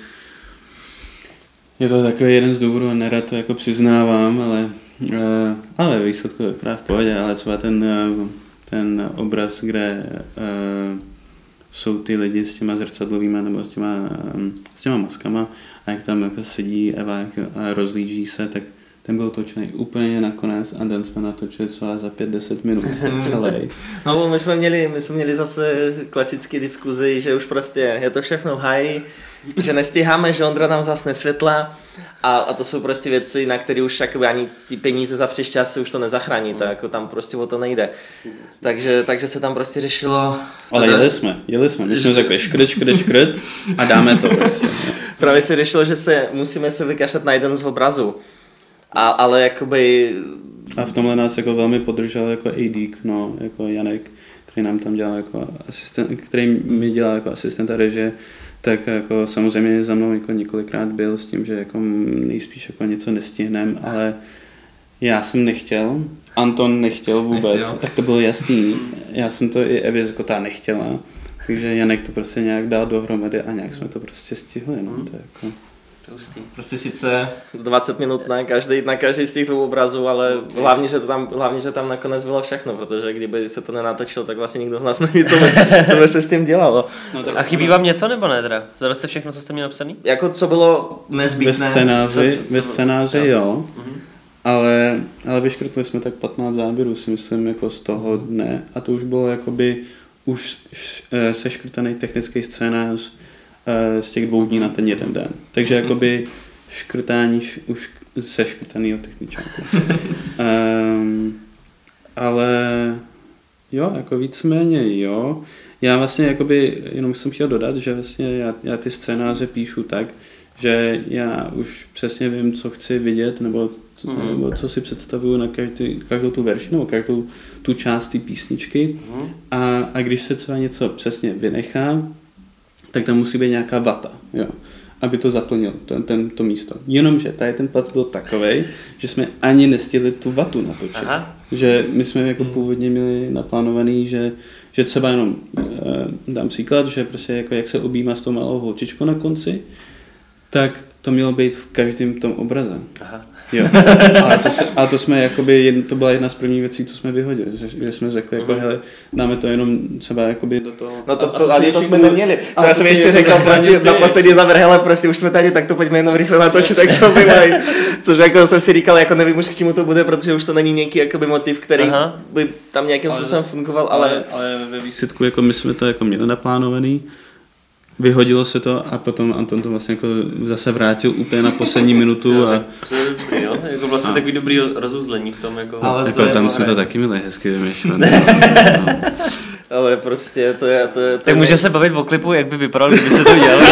je to takový jeden z důvodů a nerad to jako přiznávám, ale výsledku je právě v pohodě, ale třeba ten obraz, kde jsou ty lidi s těma zrcadlovýma nebo s těma maskama a jak tam jako sedí Eva a rozlíží se, tak ten byl točený úplně nakonec a den jsme natočili třeba za 5-10 minut celý. No my jsme měli zase klasické diskuzi, že už prostě je to všechno v háji, že nestíháme, že Ondra nám zase nesvětla a to jsou prostě věci, na které už jakoby ani ty peníze za příští čas už to nezachrání, tak jako tam prostě o to nejde. Takže se tam prostě řešilo. Ale jeli jsme, my jsme řekli škrt a dáme to prostě. Právě se řešilo, že musíme vykašlat na jeden z obrazů. Ale jakoby... A v tomhle nás jako velmi podržel jako AD, no, jako Janek, který nám tam dělal jako asistent, který mi dělal jako asistenta režie, tak jako samozřejmě za mnou jako několikrát byl s tím, že jako nejspíš jako něco nestihnem, ale já jsem nechtěl, Anton nechtěl vůbec, tak to bylo jasný, já jsem to i Evě jako ta nechtěla, takže Janek to prostě nějak dal dohromady a nějak jsme to prostě stihli, no, to je jako... Prostě sice 20 minut na každý z těch dvou obrazů, ale hlavně, že tam nakonec bylo všechno, protože kdyby se to nenatočilo, tak vlastně nikdo z nás neví, co by se s tím dělalo. No, a chybí vám něco nebo ne teda? Zadali jste všechno, co jste měli napsaný? Jako co bylo nezbytné? Ve scénáři jo. Ale vyškrtli jsme tak 15 záběrů, si myslím, jako z toho dne a to už bylo jakoby už seškrtaný technický scénář z těch 2 dní na ten jeden den. Takže jakoby škrtání už seškrtanýho techničáku. Ale jo, jako víceméně jo. Já vlastně jakoby jenom jsem chtěl dodat, že vlastně já ty scénáře píšu tak, že já už přesně vím, co chci vidět, nebo co si představuju na každou tu verši, nebo každou tu část té písničky. A když se třeba něco přesně vynechá, tak tam musí být nějaká vata, jo, aby to zaplnilo to místo. Jenomže tady ten plac byl takovej, že jsme ani nestihli tu vatu natočit. Aha. Že my jsme jako původně měli naplánovaný, že třeba jenom dám příklad, že prostě jako jak se objímá s tou malou holčičkou na konci, tak to mělo být v každém tom obraze. Aha. Jo. A to jsme jakoby, to byla jedna z prvních věcí, co jsme vyhodili, že jsme řekli jako hele, dáme to jenom třeba jakoby do toho. No to jsme neměli. To já jsem ještě řekl prostě na poslední závěr, hele, prostě už jsme tady, tak to pojďme jenom rychle natočit, tak co by mají. Což jako jsem si říkal, jako nevím už k čemu to bude, protože už to není nějaký jakoby motiv, který by tam nějakým způsobem fungoval, ale ve výsledku jako my jsme to jako měli naplánovaný. Vyhodilo se to a potom Anton to vlastně jako zase vrátil úplně na poslední minutu. A to je dobrý, jo? Jako vlastně takový dobrý rozuzlení v tom. Jako, ale jako tam jsme to taky měli hezky vymýšlené. Ale prostě to je tak můžeme se bavit o klipu, jak by vypadal, kdyby se to dělalo.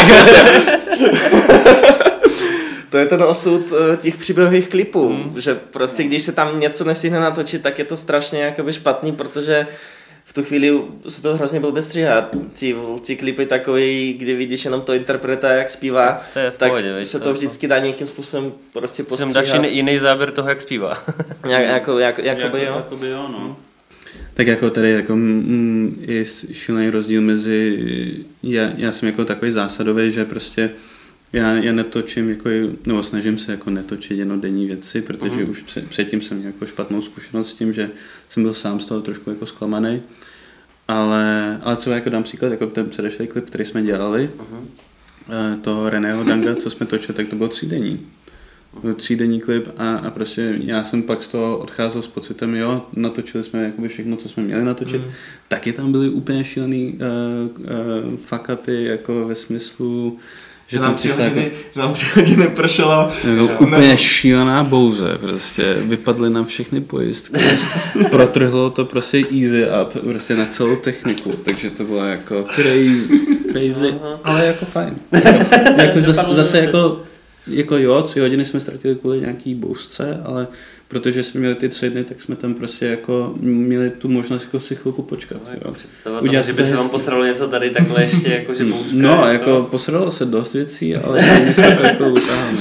To je ten osud těch příběhových klipů, že prostě když se tam něco nestihne natočit, tak je to strašně jakoby špatný, protože v tu chvíli se to hrozně blbě stříhá. Ti klipy takový, kdy vidíš jenom to interpreta, jak zpívá, tak pohodě, se to vždycky dá nějakým způsobem prostě postříhat. Jsem dáš jiný záběr toho, jak zpívá. Jakoby jo, no. Tak jako tady jako, je šílený rozdíl mezi, já jsem jako takový zásadový, že prostě já netočím, jako, nebo snažím se jako netočit jenom denní věci, protože už předtím jsem měl jako špatnou zkušenost s tím, že jsem byl sám z toho trošku jako zklamaný. Ale co jako dám příklad, jako ten předešlý klip, který jsme dělali, toho Reného Danga, co jsme točili, tak to bylo 3denní. Byl 3denní klip a prostě já jsem pak z toho odcházel s pocitem, jo, natočili jsme jakoby všechno, co jsme měli natočit. Taky tam byly úplně šílený fuck upy, jako ve smyslu, že nám 3 hodiny pršelo. Úplně šílená bouze, prostě vypadly nám všechny pojistky. Protrhlo to prostě easy up, prostě na celou techniku, takže to bylo jako crazy, ale jako fajn. Jako zase jako jo, 3 hodiny jsme ztratili kvůli nějaký bouřce, ale protože jsme měli ty 3 dny, tak jsme tam prostě jako měli tu možnost jako si chvilku počkat. No, představa toho, že by se vám posralo něco tady takhle ještě, jako že bouřka. No, jako posralo se dost věcí, ale my jsme to jako utáhli.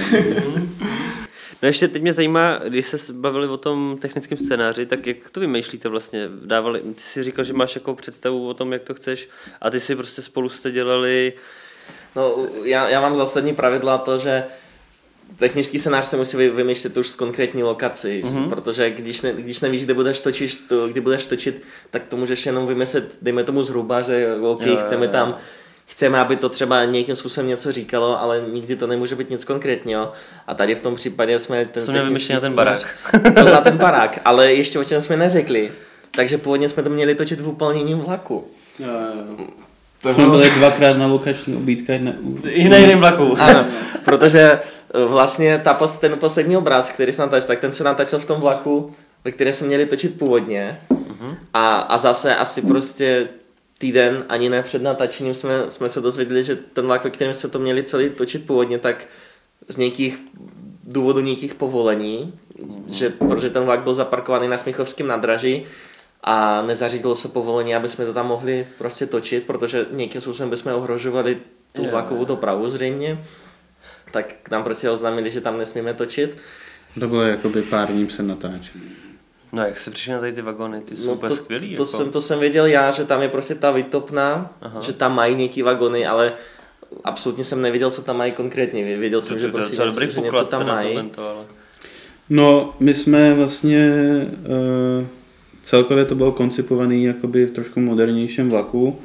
No ještě teď mě zajímá, když se bavili o tom technickém scénáři, tak jak to vymýšlíte vlastně? Ty si říkal, že máš jako představu o tom, jak to chceš a ty si prostě spolu jste dělali. No, já mám zásadní pravidla to, že technický scénář se musí vymýšlet už z konkrétní lokaci, protože když nevíš, kdy budeš točit, tak to můžeš jenom vymyslet, dejme tomu zhruba, že OK, chceme, aby to třeba nějakým způsobem něco říkalo, ale nikdy to nemůže být nic konkrétního. A tady v tom případě jsme ten barák. Na ten barák, ale ještě o čem jsme neřekli. Takže původně jsme to měli točit v úplně jiném vlaku. To jsme byli 2krát na lokační obídkách i na jiném vlaku. Ano, protože vlastně ten poslední obraz, který se natáčel, tak ten se natáčel v tom vlaku, ve kterém jsme měli točit původně. A zase asi prostě týden, ani ne před natáčením jsme se dozvěděli, že ten vlak, ve kterém se to měli celý točit původně, tak z nějakých důvodů nějakých povolení, protože ten vlak byl zaparkovaný na Smíchovském nádraží a nezařídilo se povolení, aby jsme to tam mohli prostě točit, protože nějakým způsobem bychom ohrožovali tu vlakovou dopravu zřejmě. Tak nám prostě oznámili, že tam nesmíme točit. To bylo jakoby pár dní před natáčením. No jak se přišli na tady ty vagony, ty jsou úplně skvělý. To jsem věděl já, že tam je prostě ta vytopna, že tam mají nějaký vagony, ale absolutně jsem nevěděl, co tam mají konkrétně. Věděl jsem, že prostě něco tam mají. No, my jsme vlastně celkově to bylo koncipované jakoby v trošku modernějším vlaku.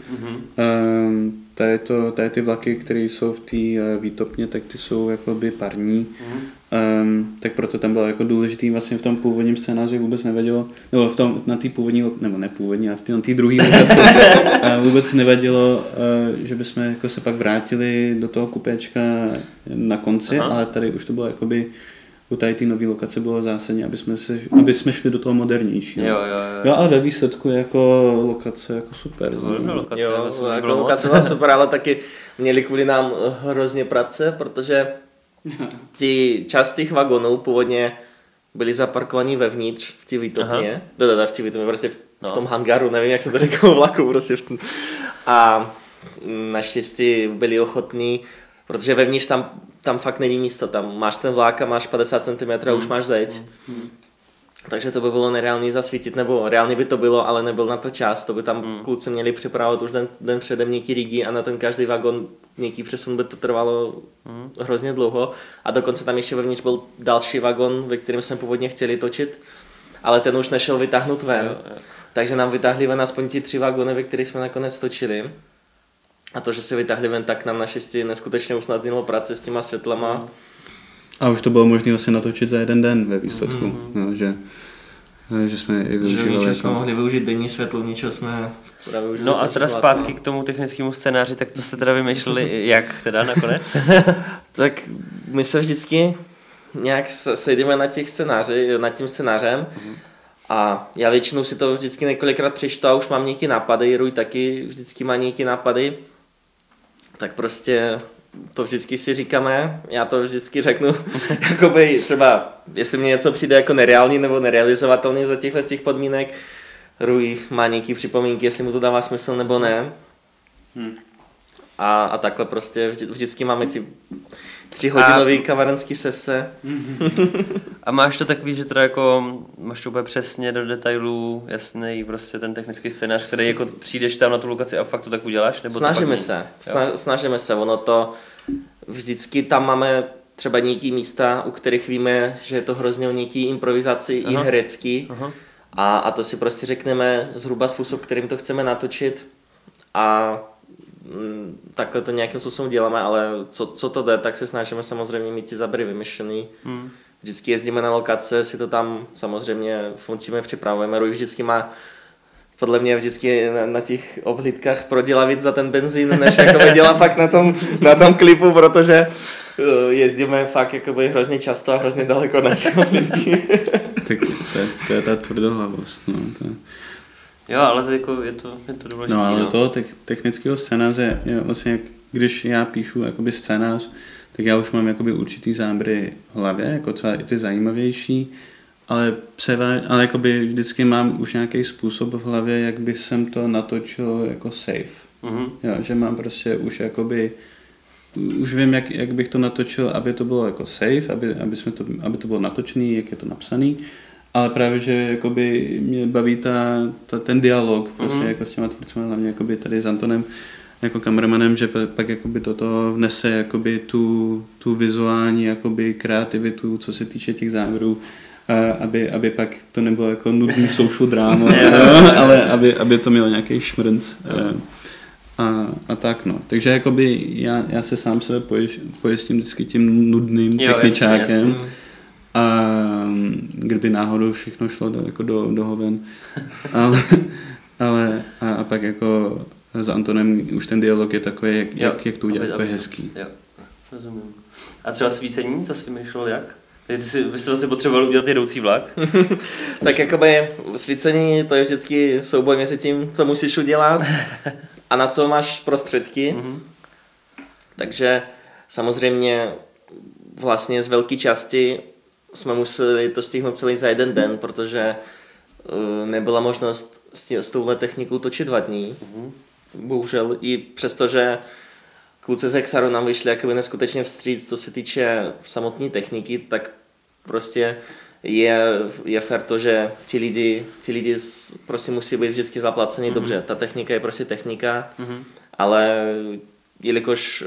Tady ty vlaky, které jsou v té výtopně, tak ty jsou jakoby parní. Tak proto tam bylo jako důležitý vlastně v tom původním scénáři vůbec nevadilo, nebo na té původní, nebo ne původní, ale na té druhé lokaci vůbec nevadilo, že bychom jako se pak vrátili do toho kupéčka na konci, ale tady už to bylo jakoby u tady té nové lokace bylo zásadně, aby jsme šli do toho modernějšího. Jo, ale ve výsledku jako lokace jako super. Lokace byla super, ale taky měli kvůli nám hrozně práce, protože Ti část těch vagonů původně byli zaparkovaní vevnitř v té výtopně, prostě v tom hangaru, nevím, jak se to říkalo, vlaku prostě. A naštěstí byli ochotní, protože vevnitř tam fakt není místo, tam máš ten vlak a máš 50 cm a už máš zajet. Takže to by bylo nereálně zasvítit, nebo reálně by to bylo, ale nebyl na to čas, to by tam kluci měli připravovat už den předem nějaký lidi a na ten každý vagon nějaký přesun by to trvalo hrozně dlouho a dokonce tam ještě vevnitř byl další vagon, ve kterém jsme původně chtěli točit, ale ten už nešel vytáhnout ven, takže nám vytáhli ven aspoň ti 3 vagony, ve kterých jsme nakonec točili. A to, že se vytáhli ven, tak nám naštěstí neskutečně usnadnilo práci s těma světlama. A už to bylo možné vlastně natočit za jeden den ve výsledku, že jsme i využívali. Že ničeho jsme mohli využít denní světlo, ničeho jsme využili. No a teda zpátky k tomu technickému scénáři, tak to jste teda vymýšleli jak teda nakonec? Tak my se vždycky nějak sejdeme nad tím scénářem a já většinou si to vždycky několikrát přečtu a už mám nějaký nápady, Rui taky vždycky má nějaký nápady, tak prostě to vždycky si říkáme, já to vždycky řeknu, jakoby třeba, jestli mi něco přijde jako nereálný nebo nerealizovatelný za těchto podmínek, Rui má nějaký připomínky, jestli mu to dává smysl nebo ne. A takhle prostě vždycky máme ti 3hodinový kavarenský sese. A máš to takový, že teda jako máš to úplně přesně do detailů, jasný prostě ten technický scénář, který jako přijdeš tam na tu lokaci a fakt to tak uděláš? Nebo Snažíme se, ono to vždycky tam máme třeba nějaký místa, u kterých víme, že je to hrozně o nějaký improvizaci i herecký. A to si prostě řekneme zhruba způsob, kterým to chceme natočit a takhle to nějakým způsobem děláme, ale co to jde, tak se snažíme samozřejmě mít ty záběry vymyšlený. Vždycky jezdíme na lokace, si to tam samozřejmě fontíme, připravujeme. Rui vždycky má podle mě vždycky na těch obhlídkách prodělá víc za ten benzín, než jakoby dělá pak na tom klipu, protože jezdíme fakt jakoby hrozně často a hrozně daleko na těch obhlídky. Tak to je ta tvrdohlavost. No, to... Jo, ale to jako je to důležité. No, ale toho technického scénáře je vlastně, jak když já píšu jakoby scénář, tak já už mám jakoby určitý záběry v hlavě, jako třeba i ty zajímavější, ale jakoby vždycky mám už nějaký způsob v hlavě, jak by jsem to natočil jako safe. Jo, že mám prostě už jakoby už vím, jak bych to natočil, aby to bylo jako safe, aby to bylo natočený, jak je to napsaný. Ale právě, že jakoby mě baví ten dialog prostě jako s těma tvůrcima, hlavně jakoby tady s Antonem jako kameramanem, že pak jakoby toto vnese jakoby tu vizuální jakoby kreativitu, co se týče těch závěrů, aby pak to nebylo jako nudný social drama, ale aby to mělo nějaký šmrnc. A tak no. Takže jakoby já se sám sebe pojistím vždycky tím nudným techničákem. Jasně. A kdyby náhodou všechno šlo do hoven. Ale pak jako s Antonem už ten dialog je takový, jak to udělat, jako hezký. Jo, rozumím. A třeba svícení, to si vymýšlel jak? Vy jste vlastně potřeboval udělat jedoucí vlak? Tak jakoby svícení to je vždycky souboj mezi tím, co musíš udělat a na co máš prostředky. Takže samozřejmě vlastně z velké části jsme museli to stihnout celý za jeden den, protože nebyla možnost s touhle technikou točit 2 dní. Bohužel i přesto, že kluci z Hexaru nám vyšli jakoby neskutečně vstříc, co se týče samotné techniky, tak prostě je fér to, že ti lidi prostě musí být vždycky zaplaceni dobře. Ta technika je prostě technika, ale jelikož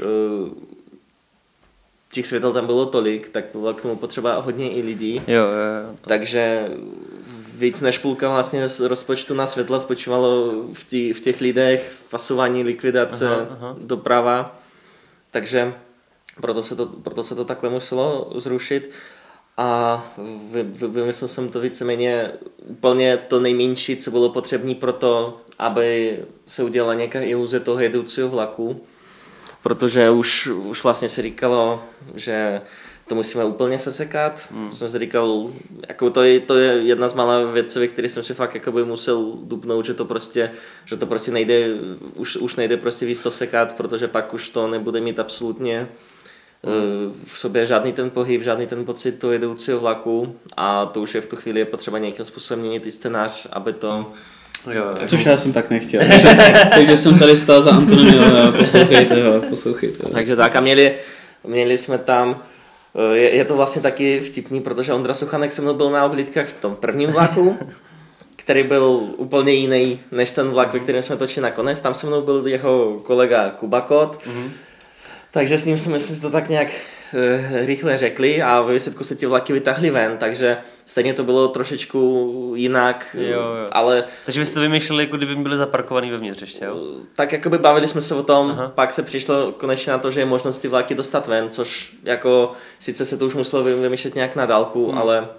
těch světel tam bylo tolik, tak bylo k tomu potřeba hodně i lidí. Jo. Takže víc než půlka vlastně z rozpočtu na světla spočívalo v těch lidech, fasování, likvidace, doprava. Takže proto se to takhle muselo zrušit. A vymyslel jsem to víceméně úplně to nejmenší, co bylo potřebné pro to, aby se udělala nějaká iluze toho jedoucího vlaku. Protože už vlastně se říkalo, že to musíme úplně sesekat. Jsem si říkal, jako to je jedna z mála věcí, ve které jsem si fakt jakoby musel dupnout, že to prostě nejde, už nejde prostě víc to sekat, protože pak už to nebude mít absolutně v sobě žádný ten pohyb, žádný ten pocit toho jedoucího vlaku a to už je v tu chvíli potřeba nějakým způsobem měnit i scénář, aby to... Jo. Což já jsem tak nechtěl. Takže jsem tady stál za Antonem, poslouchejte. Takže tak a měli jsme tam, je to vlastně taky vtipný, protože Ondra Suchanek se mnou byl na oblídkách v tom prvním vlaku, který byl úplně jiný než ten vlak, ve kterém jsme točili nakonec. Tam se mnou byl jeho kolega Kuba Kot, takže s ním jsme si to tak nějak rychle řekli a ve výsledku se ti vlaky vytáhly ven, takže stejně to bylo trošičku jinak, jo. Ale... Takže vy jste vymýšleli, jako kdyby byli zaparkovaný vevnitř ještě, jo? Tak jakoby bavili jsme se o tom, pak se přišlo konečně na to, že je možnost ty vlaky dostat ven, což jako sice se to už muselo vymýšlet nějak na dálku, ale...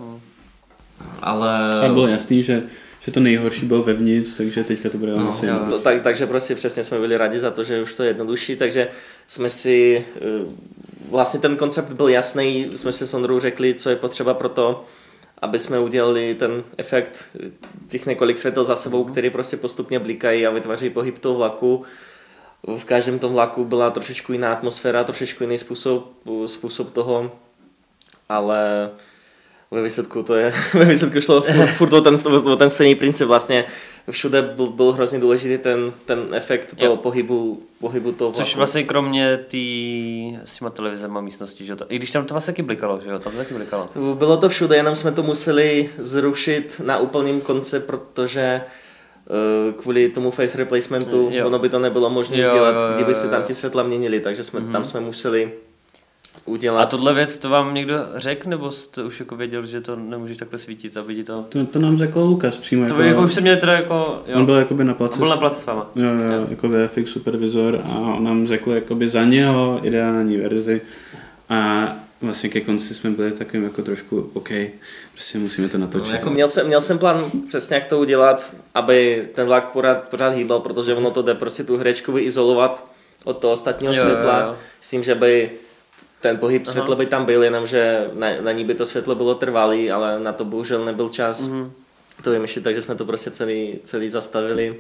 A bylo jasný, že to nejhorší bylo vevnitř, takže teďka to bude takže prostě přesně jsme byli rádi za to, že už to je jednodušší, takže jsme si, vlastně ten koncept byl jasný, jsme si s Ondrou řekli, co je potřeba pro to, aby jsme udělali ten efekt těch několik světel za sebou, který prostě postupně blikají a vytváří pohyb toho vlaku. V každém tom vlaku byla trošičku jiná atmosféra, trošičku jiný způsob toho, ale ve výsledku šlo furt o ten stejný princip. Vlastně všude byl hrozně důležitý ten efekt toho pohybu toho vlaku. Což vlastně kromě s těma televizema místnosti, že jo? I když tam to vlastně taky blikalo, že jo? Tam to taky blikalo. Bylo to všude, jenom jsme to museli zrušit na úplném konci, protože kvůli tomu face replacementu ono by to nebylo možné dělat, kdyby se tam ti světla měnili, takže tam jsme museli udělat. A tohle věc to vám někdo řekl, nebo jste už jako věděl, že to nemůžeš takhle svítit a vidí to? To nám řekl Lukas přímo. To jako už se měli teda jako... On byl jakoby na place. On byl na place s váma. Jo, jako VFX supervizor a on nám řekl jakoby za něho ideální verzi a vlastně ke konci jsme byli takovým jako trošku OK, prostě musíme to natočit. No, jako měl jsem plán přesně jak to udělat, aby ten vlak pořád hýbal, protože ono to jde prostě tu hračku vyizolovat od toho ostatního světla, s tím, že by ten pohyb světla by tam byl, jenomže na ní by to světlo bylo trvalý, ale na to bohužel nebyl čas to vymýšlet, takže jsme to prostě celý zastavili.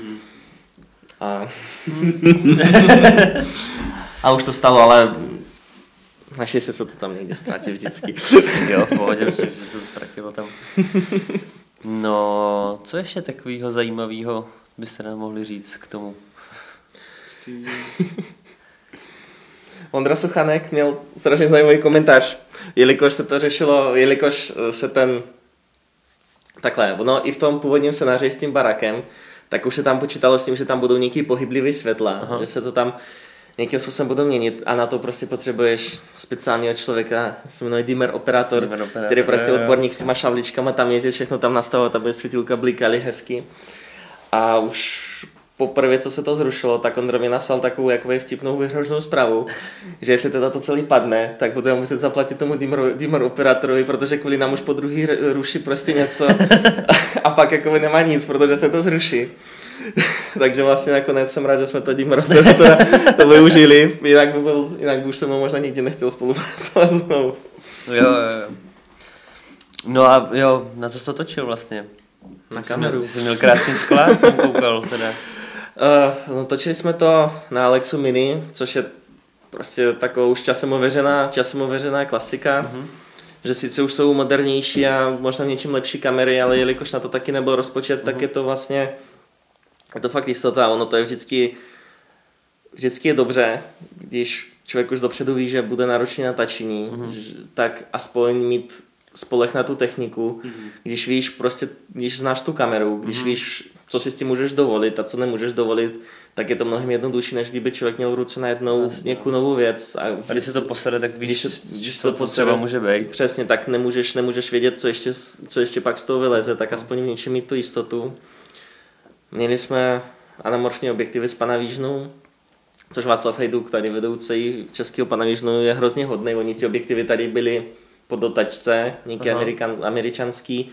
A už to stalo, ale naštěstí se to tam někde ztratí vždycky. Jo, v pohodě, že se to ztratilo tam. No, co ještě takového zajímavého byste nám mohli říct k tomu? Ondra Suchanek měl strašně zajímavý komentář, jelikož se to řešilo, jelikož se takhle, no i v tom původním scénáři s tím barakem, tak už se tam počítalo s tím, že tam budou nějaký pohyblivý světla, že se to tam nějakým způsobem budou měnit a na to prostě potřebuješ speciálního člověka, se jmenuje dimmer operátor, který prostě odborník s těma šavličkama tam jezdí, všechno tam nastavovat, aby světilka blikaly hezky. A už poprvé, co se to zrušilo, tak Ondra mi napsal takovou jakoby vtipnou vyhrožnou zprávu, že jestli teda to celý padne, tak budeme muset zaplatit tomu dimmer operátorovi, protože kvůli nám už po druhý ruší prostě něco a pak jakoby nemá nic, protože se to zruší. Takže vlastně nakonec jsem rád, že jsme to dimmer operátora využili, jinak by už se mnou možná nikdy nechtěl spolupracovat znovu. Jo. No a jo, na co jsi to točil vlastně? Na kameru. Ty jsi měl krásný sklad, tam koukal teda. No, točili jsme to na Alexu Mini, což je prostě taková už časem ověřená klasika, že sice už jsou modernější a možná něčím lepší kamery, ale jelikož na to taky nebyl rozpočet, tak je to vlastně, je to fakt jistota, ono to je vždycky je dobře, když člověk už dopředu ví, že bude náročný natáčení, tak aspoň mít spoleh na tu techniku, když víš prostě, když znáš tu kameru, když víš, co si s tím můžeš dovolit a co nemůžeš dovolit, tak je to mnohem jednodušší, než kdyby člověk měl v ruce najednou nějakou novou věc. A když se to posede, tak víš, co třeba může být. Přesně, tak nemůžeš vědět, co ještě pak z toho vyleze, tak aspoň v něčem mít tu jistotu. Měli jsme anamorfní objektivy z Panavision, což Václav Hejduk, tady vedoucí českého Panavisionu, je hrozně hodný. Oni ty objektivy tady byly po dotačce, nějaký amerikánský.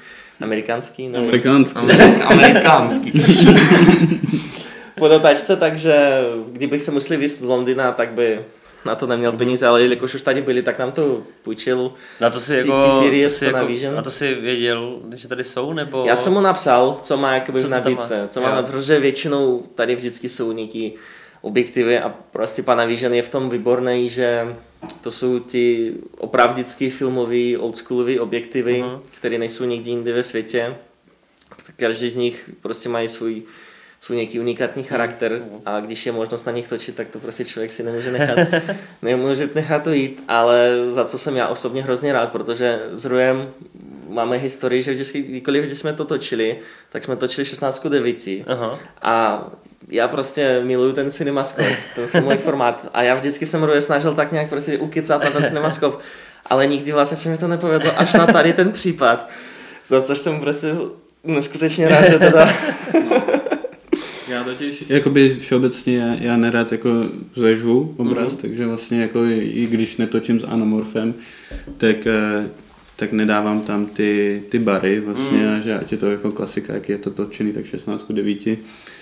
Po dotačce, takže kdybych se musel vyjít z Londýna, tak by na to neměl peníze, ale jelikož už tady byli, tak nám to půjčil. A to si věděl, že tady jsou, nebo? Já jsem mu napsal, co má jakoby v nabídce, protože většinou tady vždycky jsou nějaký objektivy a prostě Panavision je v tom výborný, že To jsou ti opravdický filmový oldschoolové objektivy, které nejsou nikdy jinde ve světě. Každý z nich prostě mají svůj nějaký unikátní charakter a když je možnost na nich točit, tak to prostě člověk si nemůže nechat to jít, ale za co jsem já osobně hrozně rád, protože s Rujem máme historii, že vždycky, když jsme to točili, tak jsme točili 16:9 a já prostě miluju ten CinemaScope, ten můj formát a já vždycky jsem Ruje snažil tak nějak prostě ukycat na ten CinemaScope, ale nikdy vlastně se mi to nepovedlo až na tady ten případ, za což jsem prostě neskutečně rád, že teda... Já totiž, jakoby všeobecně já nerad jako zežu obraz, takže vlastně jako i když netočím s anamorfem, tak nedávám tam ty bary vlastně, a že ať je to jako klasika, jak je to točený, tak 16:9.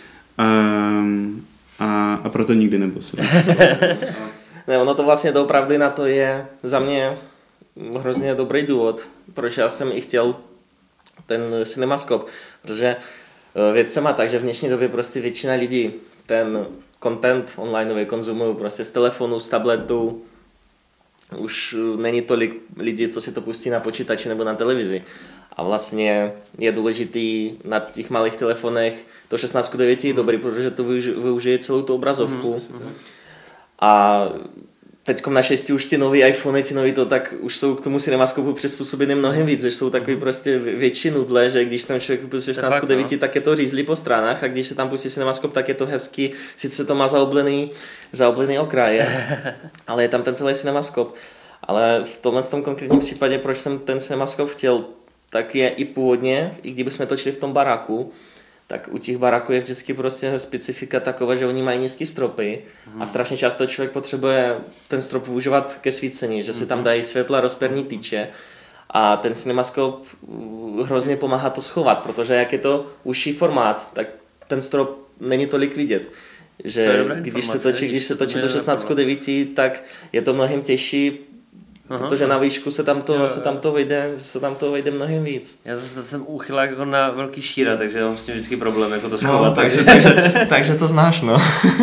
A proto nikdy neposím. Ne, ono to vlastně doopravdy na to je za mě hrozně dobrý důvod, proč já jsem i chtěl ten CinemaScope, protože věc se má tak, že v dnešní době prostě většina lidí ten content onlineový konzumují prostě z telefonu, z tabletu, už není tolik lidí, co si to pustí na počítači nebo na televizi. A vlastně je důležitý na těch malých telefonech to 16:9 je dobrý, protože to využije celou tu obrazovku. A teďkom naštěstí už ty nový iPhone, ty nový to, tak už jsou k tomu CinemaScopu přizpůsobeny mnohem víc, že jsou takový prostě větší nudle, že když tam člověk kupuje 16:9, tak je to řízlý po stranách a když se tam pustí CinemaScope, tak je to hezký, sice to má zaoblený okraje, ale je tam ten celý CinemaScope. Ale v tomhle konkrétním případě, proč jsem ten CinemaScope chtěl, tak je i původně, i kdyby jsme točili v tom baráku, tak u těch baráků je vždycky prostě specifika taková, že oni mají nízké stropy a strašně často člověk potřebuje ten strop využívat ke svícení, že si tam dají světla rozperní tyče a ten CinemaScope hrozně pomáhá to schovat, protože jak je to užší formát, tak ten strop není tolik vidět. Že když se točí do 16:9, tak je to mnohem těžší, protože na výšku se tam to vejde mnohem víc. Já zase jsem úchylák jako na velký šíra, takže mám s tím vždycky problém jako to schovat. No, takže to znáš, no.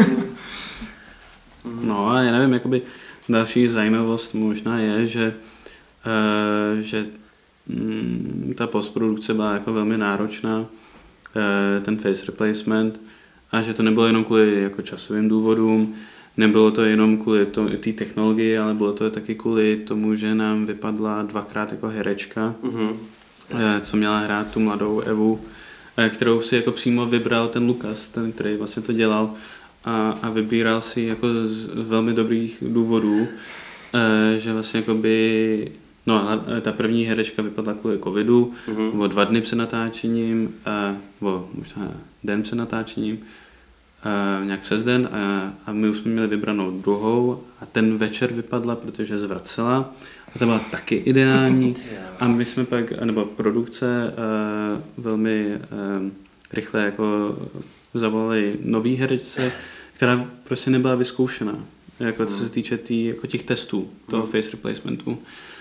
No a já nevím, jakoby další zajímavost možná je, že ta postprodukce byla jako velmi náročná, ten face replacement, a že to nebylo jenom kvůli jako časovým důvodům, nebylo to jenom kvůli té technologii, ale bylo to taky kvůli tomu, že nám vypadla dvakrát jako herečka, co měla hrát tu mladou Evu, kterou si jako přímo vybral ten Lukas, ten, který vlastně to dělal a vybíral si jako z velmi dobrých důvodů, že vlastně jakoby, no ta první herečka vypadla kvůli covidu, o 2 dny před natáčením, o možná den před natáčením, nějak přes den a my už jsme měli vybranou druhou a ten večer vypadla, protože zvracela a to byla taky ideální a my jsme pak, nebo produkce velmi rychle jako zavolali nový herečce, která prostě nebyla vyzkoušená, jako co se týče jako těch testů, toho face replacementu.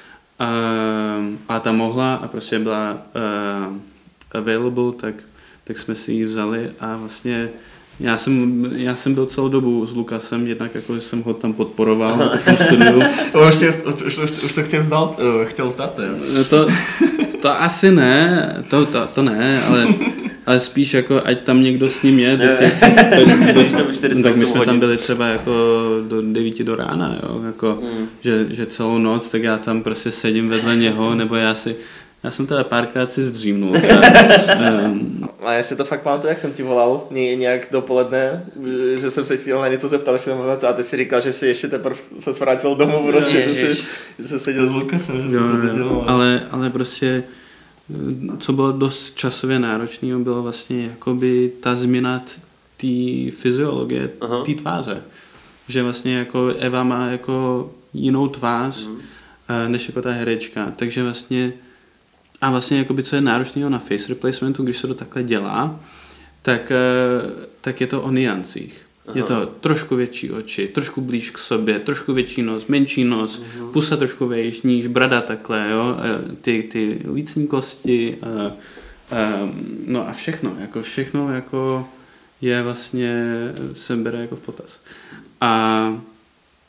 A ta mohla a prostě byla available, tak jsme si ji vzali a vlastně já jsem byl celou dobu s Lukasem, jednak jako jsem ho tam podporoval v tom studiu. Už to chtěl zdát, To asi ne, to ne, ale spíš jako ať tam někdo s ním je, tak my jsme tam byli třeba jako do 9 do rána, jo, jako, že celou noc, tak já tam prostě sedím vedle něho, nebo já jsem teda párkrát si zdřímnul. A já si to fakt pamatuju, jak jsem ti volal nějak dopoledne, že jsem se chtěl na něco zeptal, a ty si říkal, že si ještě teprve se vrátil domů, prostě, že jsi seděl s Lukasem, že se to dělalo. Ale prostě, co bylo dost časově náročného, bylo vlastně jakoby ta změna té fyziologie, té tváře. Že vlastně jako Eva má jako jinou tvář, než jako ta herečka, takže vlastně a vlastně jakoby, co je náročného na face replacementu, když se to takhle dělá, tak je to o niancích. Je to trošku větší oči, trošku blíž k sobě, trošku větší nos, menší nos, pusa trošku vejš, níž, brada takhle, jo, ty lícní kosti, no a všechno jako je vlastně, se bere jako v potaz. A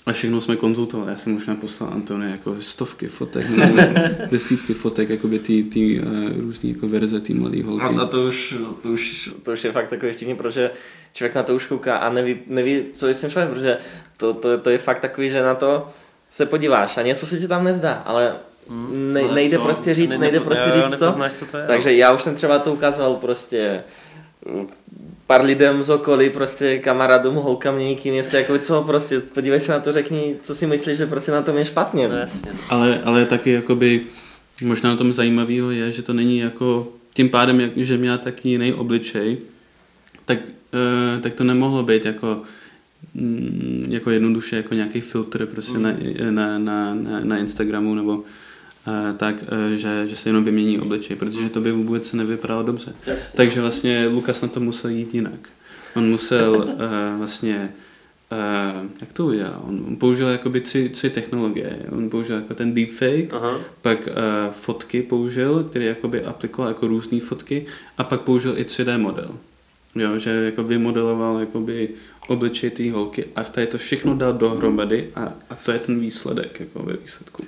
A všechno jsme konzultovali. Já jsem možná poslal Antony jako stovky fotek, nebo desítky fotek, jakoby ty různý jako verze té mladé holky. A to už je fakt takový stíný, protože člověk na to už kouká a neví co je s tím člověk, protože to je fakt takový, že na to se podíváš a něco se ti tam nezdá, ale nejde prostě říct co. Takže já už jsem třeba to ukazoval prostě pár lidem z okolí, prostě kamarádům, holkám, někým, jestli jako co, prostě podívej se na to, řekni, co si myslíš, že prostě na tom je špatně. No, jasně. Ale taky jakoby možná na tom zajímavého je, že to není jako tím pádem, že měla taky jiný obličej, tak to nemohlo být jako jednoduše jako nějaký filtr prostě na Instagramu nebo tak, že se jenom vymění obličej, protože to by vůbec nevypadalo dobře. Takže vlastně Lukas na to musel jít jinak. On musel vlastně, jak to udělal? On použil jakoby tři technologie. On použil jako ten deepfake, pak fotky použil, který jakoby aplikoval jako různý fotky a pak použil i 3D model. Jo, že jako vymodeloval jakoby obličej té holky a tady to všechno dal dohromady a to je ten výsledek jako ve výsledku.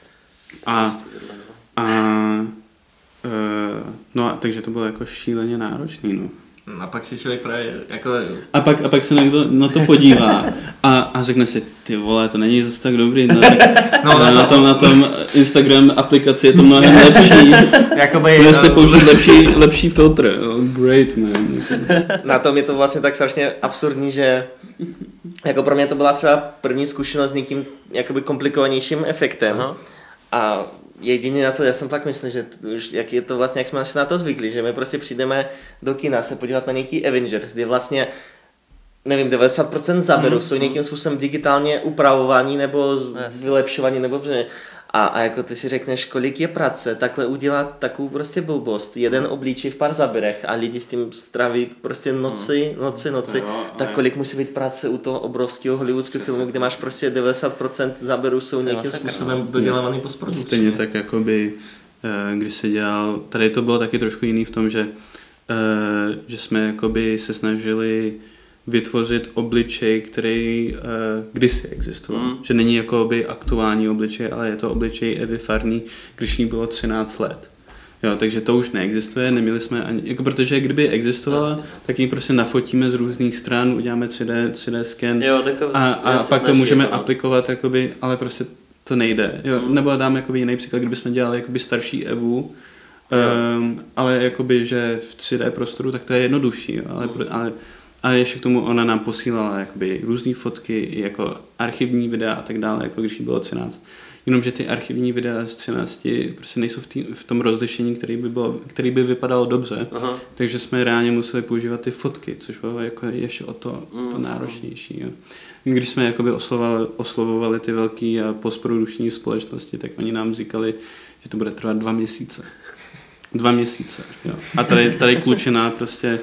Takže to bylo jako šíleně náročný, no. A pak si člověk právě jako... A pak se někdo na to podívá a řekne si, ty vole, to není zase tak dobrý, na tom Instagram aplikaci je to mnohem lepší. Jste použít lepší filtr. Great, man. Na tom je to vlastně tak strašně absurdní, že jako pro mě to byla třeba první zkušenost s někým jakoby komplikovanějším efektem. Aha. A jediný na co já jsem fakt myslel, že už jak je to vlastně, jak jsme si na to zvykli, že my prostě přijdeme do kina se podívat na nějaký Avengers, kde vlastně nevím, 90% záběrů jsou nějakým způsobem digitálně upravovaní nebo vylepšovaní nebo a jako ty si řekneš, kolik je práce takhle udělat takovou prostě blbost, jeden obličej v pár záběrech a lidi s tím straví prostě noci, tak kolik musí být práce u toho obrovského hollywoodského filmu, kde máš prostě 90% záběrů jsou nějakým způsobem dodělávaný postprodukčně. Stejně tak jakoby, když se dělal, tady to bylo taky trošku jiný v tom, že jsme jakoby se snažili vytvořit obličej, který kdysi existoval. Že není jakoby aktuální obličej, ale je to obličej Evy Farný, když jí bylo 13 let. Jo, takže to už neexistuje, neměli jsme ani, jako protože kdyby existovala, tak ji prostě nafotíme z různých stran, uděláme 3D scan a pak to můžeme aplikovat, jakoby, ale prostě to nejde. Jo, nebo dám jakoby jiný příklad, kdybychom dělali jakoby starší Evu, ale jakoby, že v 3D prostoru, tak to je jednodušší, jo, ale ještě k tomu ona nám posílala jakoby různé fotky, jako archivní videa a tak dále, jako když jí bylo 13. Jenomže ty archivní videa z 13 prostě nejsou v tom rozlišení, který by vypadalo dobře. Aha. Takže jsme reálně museli používat ty fotky, což bylo jako ještě o to náročnější. Jo. Když jsme jakoby oslovovali ty velké postprodukční společnosti, tak oni nám říkali, že to bude trvat 2 měsíce. 2 měsíce. Jo. A tady klučina prostě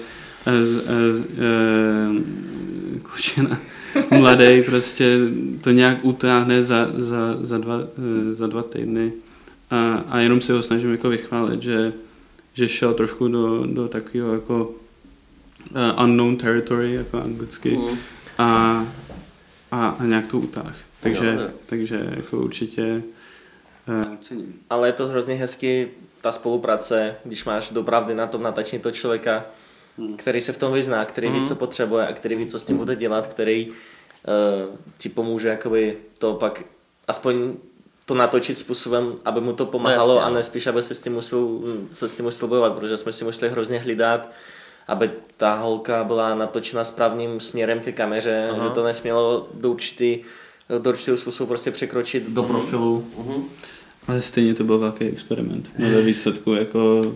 klučina mladej prostě to nějak utáhne za 2 týdny a jenom se ho snažím jako vychválit, že šel trošku do takového jako unknown territory, jako anglicky a nějak to utáh. Takže jako určitě cením. Ale je to hrozně hezky ta spolupráce, když máš dopravdy na tom natačení toho člověka, který se v tom vyzná, který ví, co potřebuje a který ví, co s tím bude dělat, který ti pomůže jakoby to pak aspoň to natočit způsobem, aby mu to pomáhalo a ne spíš, aby se s tím musel bojovat, protože jsme si museli hrozně hlídat, aby ta holka byla natočena správným směrem ke kameře, že to nesmělo do určitého způsobu prostě překročit do profilu. Ale stejně to byl velký experiment. Ve výsledku jako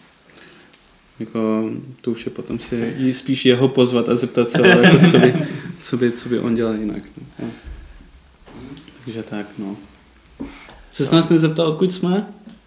to už je potom si spíš jeho pozvat a zeptat se, jako co by on dělal jinak. No. Takže tak, no. Se nás nezeptal, odkud jsme?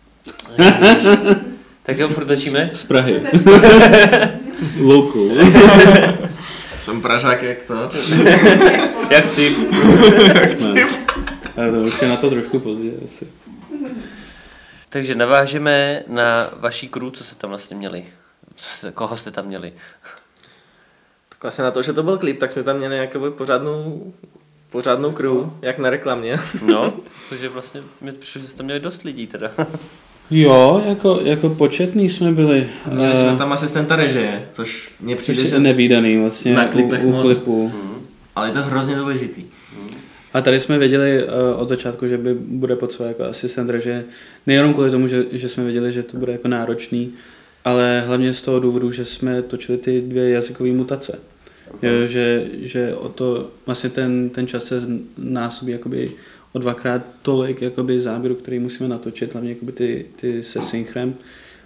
Tak jo, furt točíme? Z Prahy. Local. Jsem Pražák, jak to? Jak cip. Ale to už je na to trošku později asi. Takže navážeme na vaší crew, co jste tam vlastně měli. Koho jste tam měli? Tak vlastně na to, že to byl klip, tak jsme tam měli jakoby pořádnou Pořádnou crew, jak na reklamě. No, takže vlastně mi přišlo, že jste měli dost lidí teda. Jo, jako početní jsme byli. Měli jsme tam asistenta režie, což mě přijde, že nevídaný vlastně na klipech u klipu. Ale je to hrozně důležitý. A tady jsme věděli od začátku, že by bude potřeba jako asistent režie. Nejenom kvůli tomu, že jsme věděli, že to bude jako náročný, ale hlavně z toho důvodu, že jsme točili ty 2 jazykové mutace. Jo, že o to vlastně ten čas se násobí jakoby o 2x tolik jakoby záběru, který musíme natočit, hlavně jakoby ty se synchronem.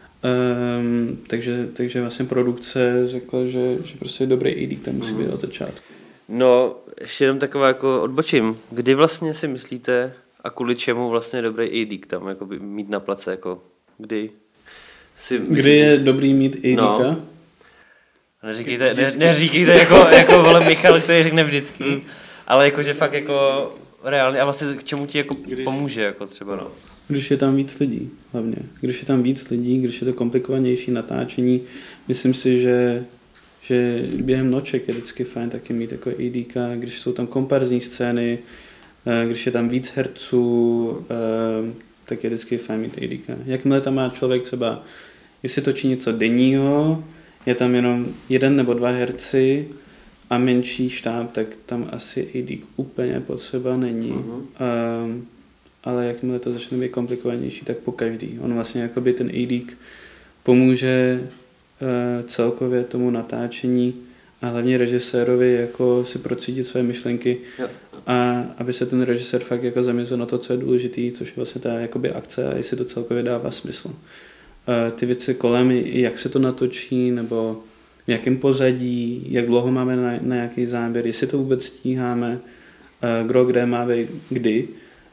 Takže vlastně produkce řekla, že prostě dobrý AD tam musí být od začátku. No, ještě jenom taková jako odbočím. Kdy vlastně si myslíte a kvůli čemu vlastně je dobrý AD tam jakoby mít na place, jako kdy si myslíte? Kdy je dobrý mít AD? No. Neříkejte jako vole Michal, který řekne vždycky, ale jakože fakt jako reálně a vlastně k čemu ti jako pomůže jako třeba no. Když je tam víc lidí hlavně. Když je tam víc lidí, když je to komplikovanější natáčení, myslím si, že během noček je vždycky fajn taky mít jako ADka, když jsou tam komparzní scény, když je tam víc herců, tak je vždycky fajn mít ADka. Jakmile tam má člověk třeba, jestli točí něco denního, je tam jenom 1 nebo 2 herci a menší štáb, tak tam asi AD úplně potřeba není. Ale jakmile to začne být komplikovanější, tak po každý. On vlastně jakoby ten AD pomůže celkově tomu natáčení a hlavně režisérovi jako si procítit své myšlenky a aby se ten režisér fakt jako zaměřil na to, co je důležitý, což je vlastně ta jakoby akce a jestli to celkově dává smysl. Ty věci kolem, jak se to natočí, nebo v jakém pozadí, jak dlouho máme na nějaký záběr, jestli to vůbec stíháme, kdo kde má být kdy,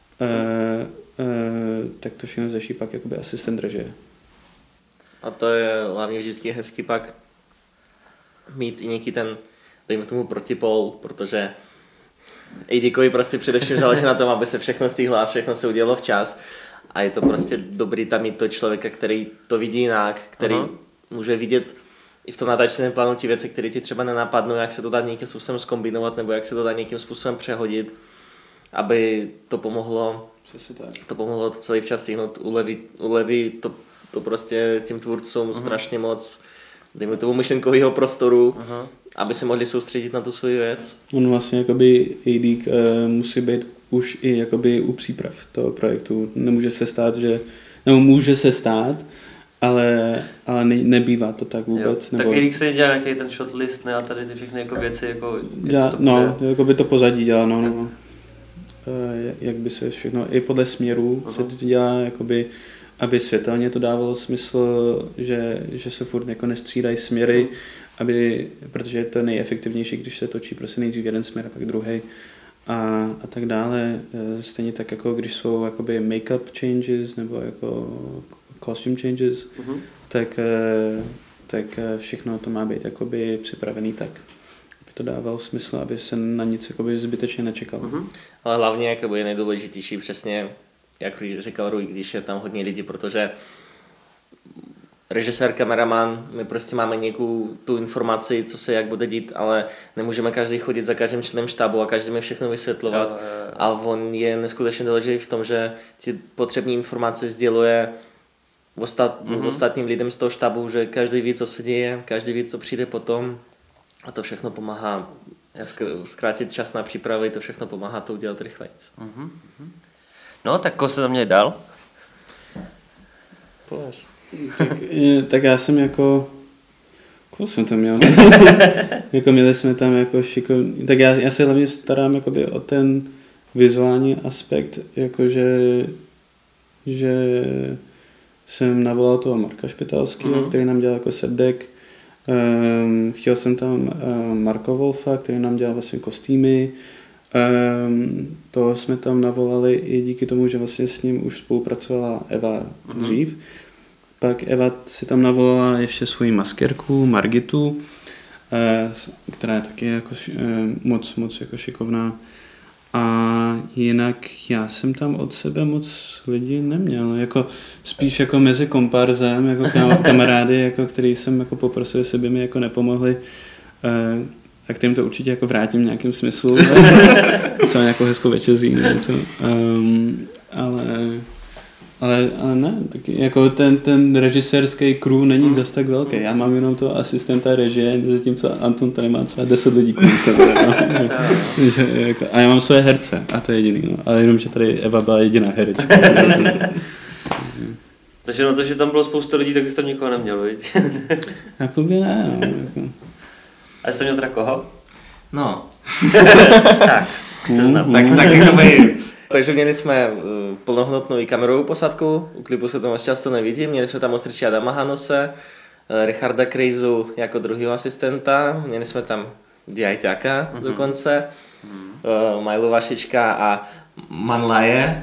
tak to všechno řeší pak jakoby asistent režie. A to je hlavně vždycky hezky pak mít i nějaký ten, dejme tomu protipol, protože ADkovi prostě především záleží na tom, aby se všechno stihlo a všechno se udělalo včas. A je to prostě dobrý tam mít to člověka, který to vidí jinak, který může vidět i v tom natáčeném plánu ty věci, které ti třeba nenapadnou, jak se to dá nějakým způsobem zkombinovat nebo jak se to dá nějakým způsobem přehodit, aby to pomohlo to celý včas stihnout, uleví to prostě těm tvůrcům strašně moc, dejme tomu myšlenkového prostoru, aby se mohli soustředit na tu svou věc. On vlastně jakoby AD musí být už i jakoby u příprav toho projektu. Nemůže se stát, nebo může se stát, ale nebývá to tak vůbec. Nebo... Tak AD se dělá nějaký ten shotlist, ne, a tady ty všechny jako věci, jako... Jakoby to pozadí dělá, no. Jak by se všechno, i podle směru se to dělá, jakoby, aby světelně to dávalo smysl, že se furt jako nestřídají směry, protože je to nejefektivnější, když se točí prostě nejdřív jeden směr a pak druhý a tak dále. Stejně tak jako když jsou jakoby make-up changes nebo jako costume changes, tak všechno to má být jakoby připravený tak, aby to dávalo smysl, aby se na nic jakoby zbytečně nečekalo. Ale hlavně jakoby je nejdůležitější přesně, jak říkal Rui, když je tam hodně lidí, protože režisér, kameraman, my prostě máme nějakou tu informaci, co se jak bude dít, ale nemůžeme každý chodit za každým členem štábu a každému všechno vysvětlovat. A on je neskutečně důležitý v tom, že ty potřebné informace sděluje ostatním lidem z toho štábu, že každý ví, co se děje, každý ví, co přijde potom a to všechno pomáhá zkrátit čas na přípravy, to všechno pomáhá to udělat rychlejc. No, tak koho se tam měli dál? Tak já jsem jako... Koho jsem tam měl? Jako měli jsme tam jako šikovný... Tak já se hlavně starám jakoby o ten vizuální aspekt, jakože že jsem navolal toho Marka Špitalského, který nám dělal jako set deck. Chtěl jsem tam Marka Wolfa, který nám dělal vlastně kostýmy. To jsme tam navolali i díky tomu, že vlastně s ním už spolupracovala Eva dřív. Pak Eva si tam navolala ještě svoji maskérku Margitu, která je taky jako moc jako šikovná. A jinak já jsem tam od sebe moc lidí neměl, jako spíš jako mezi komparzem, jako kamarády, jako který jsem jako poprosil, jestli by mi jako nepomohli. a kterým to určitě jako vrátím v nějakém smyslu, co nějakou hezkou večeří nebo něco. Ale ne, taky jako ten režisérský crew není zas tak velký. Já mám jenom toho asistenta režie, zatímco Anton tady má třeba 10 lidí kolem sebe. A já mám své herce a to je jediný. No. Ale jenom, že tady Eva byla jediná herečka. Takže na to, že tam bylo spousta lidí, tak jsi tam nikoho neměl, viď? Jakoby ne, no. Jako. A jsi tam měl teda koho? No. Tak, seznam. Tak jakoby... Takže měli jsme plnohodnotnou i kamerovou posádku, u klipu se to moc často nevidí, měli jsme tam Ostričí Adama Hanose, Richarda Krejzu jako druhého asistenta, měli jsme tam Diajťáka dokonce, Majlu Vašička a Manlaje,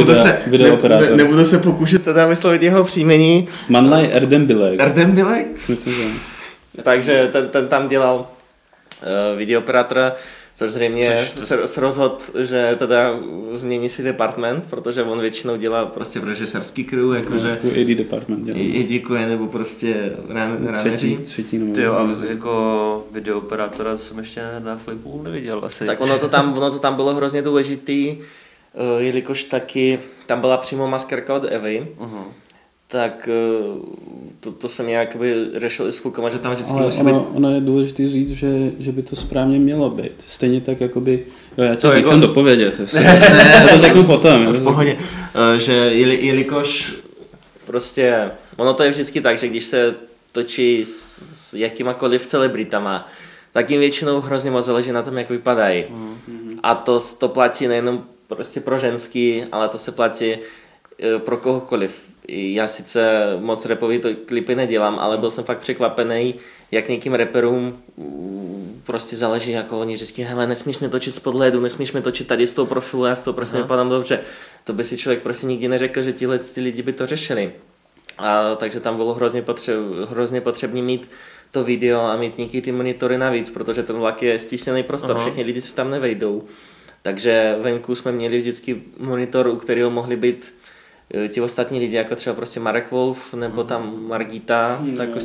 nebudu se pokoušet teda vyslovit jeho příjmení. Manlaj Erdembilek. Myslím, že. Takže ten tam dělal videooperátora, což zřejmě se rozhodl, že teda změní si department, protože on většinou dělá prostě v režisérský crew, jakože... AD department dělá. AD nebo prostě raneří. Třetí Tyjo, a jako videooperátora jsem ještě na Flipu neviděl asi. Tak ono to tam bylo hrozně důležitý, jelikož taky tam byla přímo maskerka od Evy, tak to jsem jakoby řešil i s klukama, že tam vždycky musí být... Ono je důležité říct, že by to správně mělo být. Stejně tak jakoby... Jo, já ti nechám dopovědět. Já to řeknu potom. V pohodě. Že jelikož prostě... Ono to je vždycky tak, že když se točí s jakýmakoliv celebritama, tak jim většinou hrozně moc záleží na tom, jak vypadají. A to platí nejenom prostě pro ženský, ale to se platí pro kohokoliv. Já sice moc rapový klipy nedělám, ale byl jsem fakt překvapený, jak někým rapperům prostě záleží, jako oni říkají, hele, nesmíš mě točit z podhledu, nesmíš mě točit tady z toho profilu, já z toho prostě nepadám dobře. To by si člověk prostě nikdy neřekl, že ty lidi by to řešili. A takže tam bylo hrozně potřebný mít to video a mít někdy ty monitory navíc, protože ten vlak je stísněný prostor, všichni lidi se tam nevejdou. Takže venku jsme měli vždycky monitor, u kterého mohli být ti ostatní lidi, jako třeba prostě Marek Wolf, nebo tam Margita,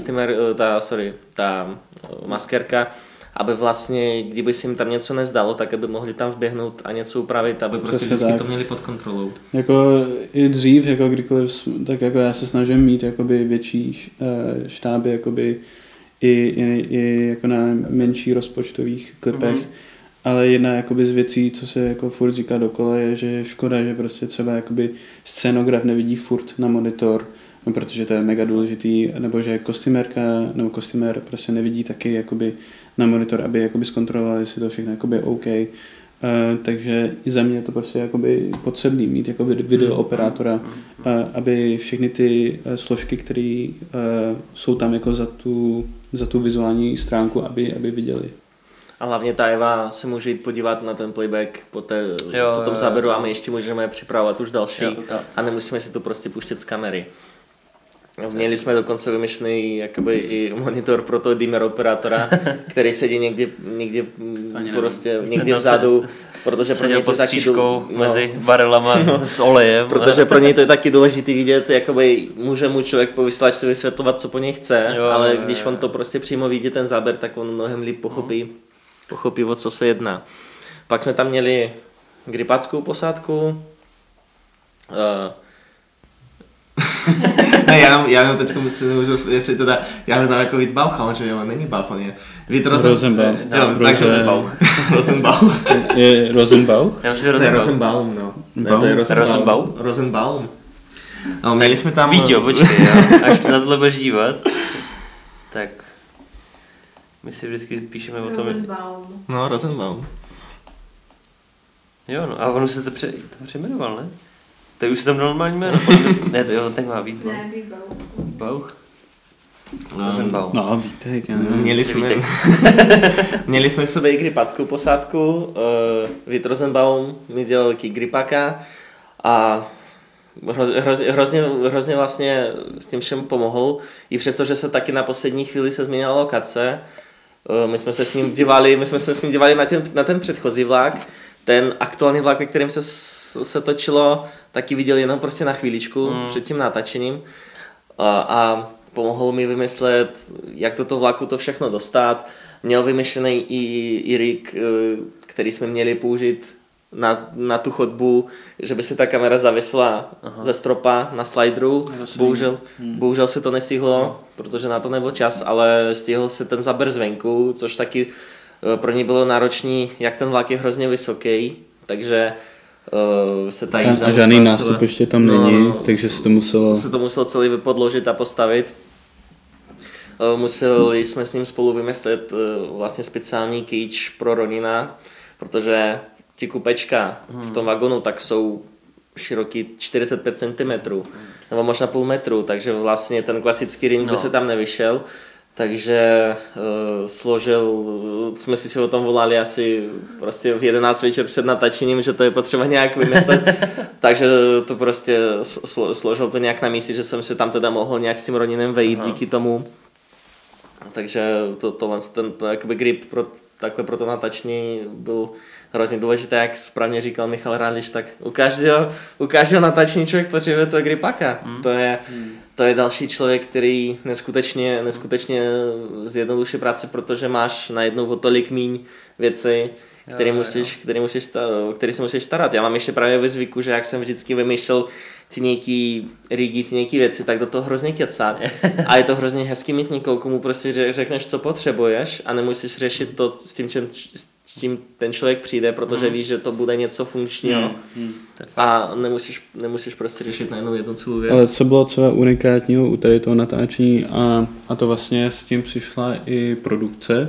ta maskerka, aby vlastně, kdyby si jim tam něco nezdalo, tak aby mohli tam vběhnout a něco upravit, aby prostě vždycky to měli pod kontrolou. Jako i dřív, jako kdykoliv, tak jako já se snažím mít jakoby větší štáby, jakoby i jako na menší rozpočtových klipech. Ale jedna jakoby z věcí, co se jako furt říká dokola, je, že je škoda, že prostě třeba jakoby scénograf nevidí furt na monitor, no, protože to je mega důležitý, nebo že kostymérka nebo kostýmér prostě nevidí taky jakoby na monitor, aby jakoby zkontroloval, jestli to všechno jakoby OK. Takže i za mě je to prostě jakoby potřebný mít jakoby videooperátora, aby všechny ty složky, které jsou tam jako za tu vizuální stránku, aby viděli. A hlavně ta Eva se může jít podívat na ten playback po tom záběru a my ještě můžeme připravovat už další a nemusíme si to prostě puštět z kamery. Měli jsme dokonce vymyšlený jakoby i monitor pro toho dimmer operátora, který sedí někde vzadu, protože pro něj to taky mezi barelama s olejem. Protože pro něj to je taky důležitý vidět, jakoby může mu člověk po vysílačce vysvětlovat, co po něj chce, ale když on to prostě přímo vidí ten záběr, tak on mnohem líp pochopí, o co se jedná. Pak jsme tam měli gripáckou posádku. Ne, já jenom teďka myslím, jestli teda, já ho znám jako Vít Baucha, on že jo, není Bauch, on je Vít Rosenbaum. Takže Rosenbaum. Je Rosenbauch? Já myslím, že ne, Rosenbaum, no. Ne, to je Rosenbaum. No, měli jsme tam... Víťo, počkej, až na tohle budeš dívat, tak my si vždycky píšeme o tom... No, Rosenbaum. Jo, no, a on už se to přejmenoval, ne? Tak už se tam normální jméno. Ne, to jo, tak má Vít. Ne, Vít Bauch. Rosenbaum. No, Vítek. Měli jsme v sobě i gripáckou posádku. Vít Rosenbaum mi dělal gripáka a hrozně vlastně s tím všem pomohl. I přesto, že se taky na poslední chvíli se změnila lokace. My jsme se s ním dívali na ten předchozí vlak. Ten aktuální vlak, ve kterém se točilo, taky viděl jenom prostě na chvíličku před tím natáčením a pomohl mi vymyslet, jak do toho vlaku to všechno dostat. měl vymyšlený i rig, který jsme měli použít na tu chodbu, že by se ta kamera zavisla ze stropa na slideru. Bohužel se to nestihlo, protože na to nebyl čas, ale stihl se ten záběr zvenku, což taky pro ně bylo náročný, jak ten vlak je hrozně vysoký, takže se ta jízda a žádný nástup ještě tam není, takže se to muselo celý vypodložit a postavit. Museli jsme s ním spolu vymyslet vlastně speciální cage pro Ronina, protože ty kupečka v tom vagonu tak jsou široký 45 cm nebo možná půl metru, takže vlastně ten klasický ring by se tam nevyšel. Takže jsme si o tom volali asi prostě v 11 večer před natáčením, že to je potřeba nějak vymyslet. Takže to prostě složil to nějak na místě, že jsem se tam teda mohl nějak s tím Roninem vejít díky tomu. Takže ten jakoby grip pro to natáčení byl hrozně důležité, jak správně říkal Michal Rádiš, tak u každého natáčení člověk potřebuje toho gripaka. To je další člověk, který neskutečně zjednoduší práci, protože máš najednou o tolik míň věci, který se musíš starat. Já mám ještě právě ve zvyku, že jak jsem vždycky vymýšlel ty nějaký rigy, ty nějaký věci, tak do toho hrozně kecat. A je to hrozně hezký mít někoho, komu prostě řekneš, co potřebuješ a nemusíš řešit to s tím ten člověk přijde, protože víš, že to bude něco funkčního a nemusíš prostě řešit na jednu celou věc. Ale co bylo třeba unikátního u tady toho natáčení a to vlastně s tím přišla i produkce,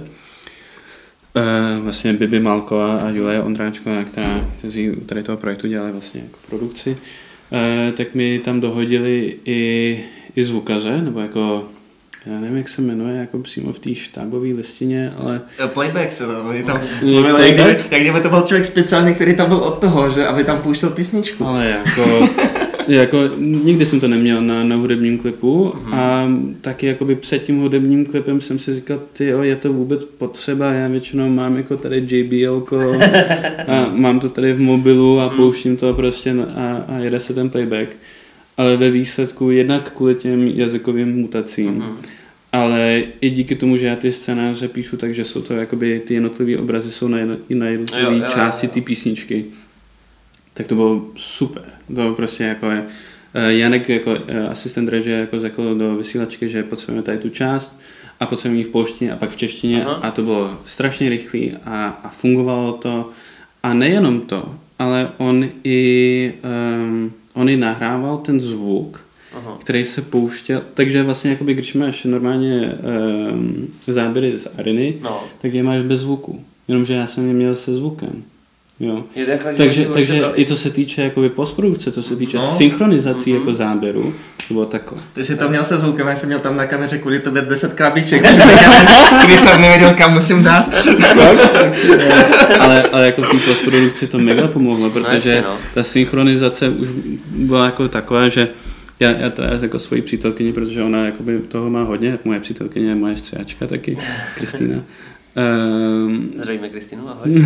vlastně Bibi Malková a Julia Ondráčková, kteří u tady toho projektu dělali vlastně jako produkci, tak mi tam dohodili i zvukaře, nebo jako já nevím, jak se jmenuje, jako přímo v té štábové listině, ale... Playback se tam, jak kdyby to byl člověk speciální, který tam byl od toho, že aby tam pouštěl písničku. Ale jako nikdy jsem to neměl na hudebním klipu a taky jakoby před tím hudebním klipem jsem si říkal, je to vůbec potřeba, já většinou mám jako tady JBLko a mám to tady v mobilu a pouštím to prostě a jede se ten playback. Ale ve výsledku jednak kvůli těm jazykovým mutacím, ale i díky tomu, že já ty scénáře píšu, takže jsou to jakoby ty jednotlivé obrazy jsou na jednotlivé části ty písničky. Tak to bylo super. To prostě jako Janek jako asistent režie jako řekl do vysílačky, že potřebujeme tady tu část a potřebujeme ji v polštině a pak v češtině a to bylo strašně rychlý a fungovalo to. A nejenom to, ale on i nahrával ten zvuk, který se pouštěl, takže vlastně jakoby, když máš normálně záběry z Ariny, tak je máš bez zvuku, jenomže já jsem je měl se zvukem. Jo. Takže i co se týče jakoby postprodukce, co se týče synchronizací jako záběru, to bylo takhle. Ty jsi to měl se zvukem, já jsem měl tam na kameře kvůli tobě 10 krabiček, když jsem nevěděl, kam musím dát. ale jako v té postprodukci to mega pomohlo, protože ta synchronizace už byla jako taková, že já to jako svoji přítelkyni, protože ona jakoby toho má hodně, moje přítelkyně je moje střihačka taky, Kristýna. Zdravíme Kristýnu, ahoj.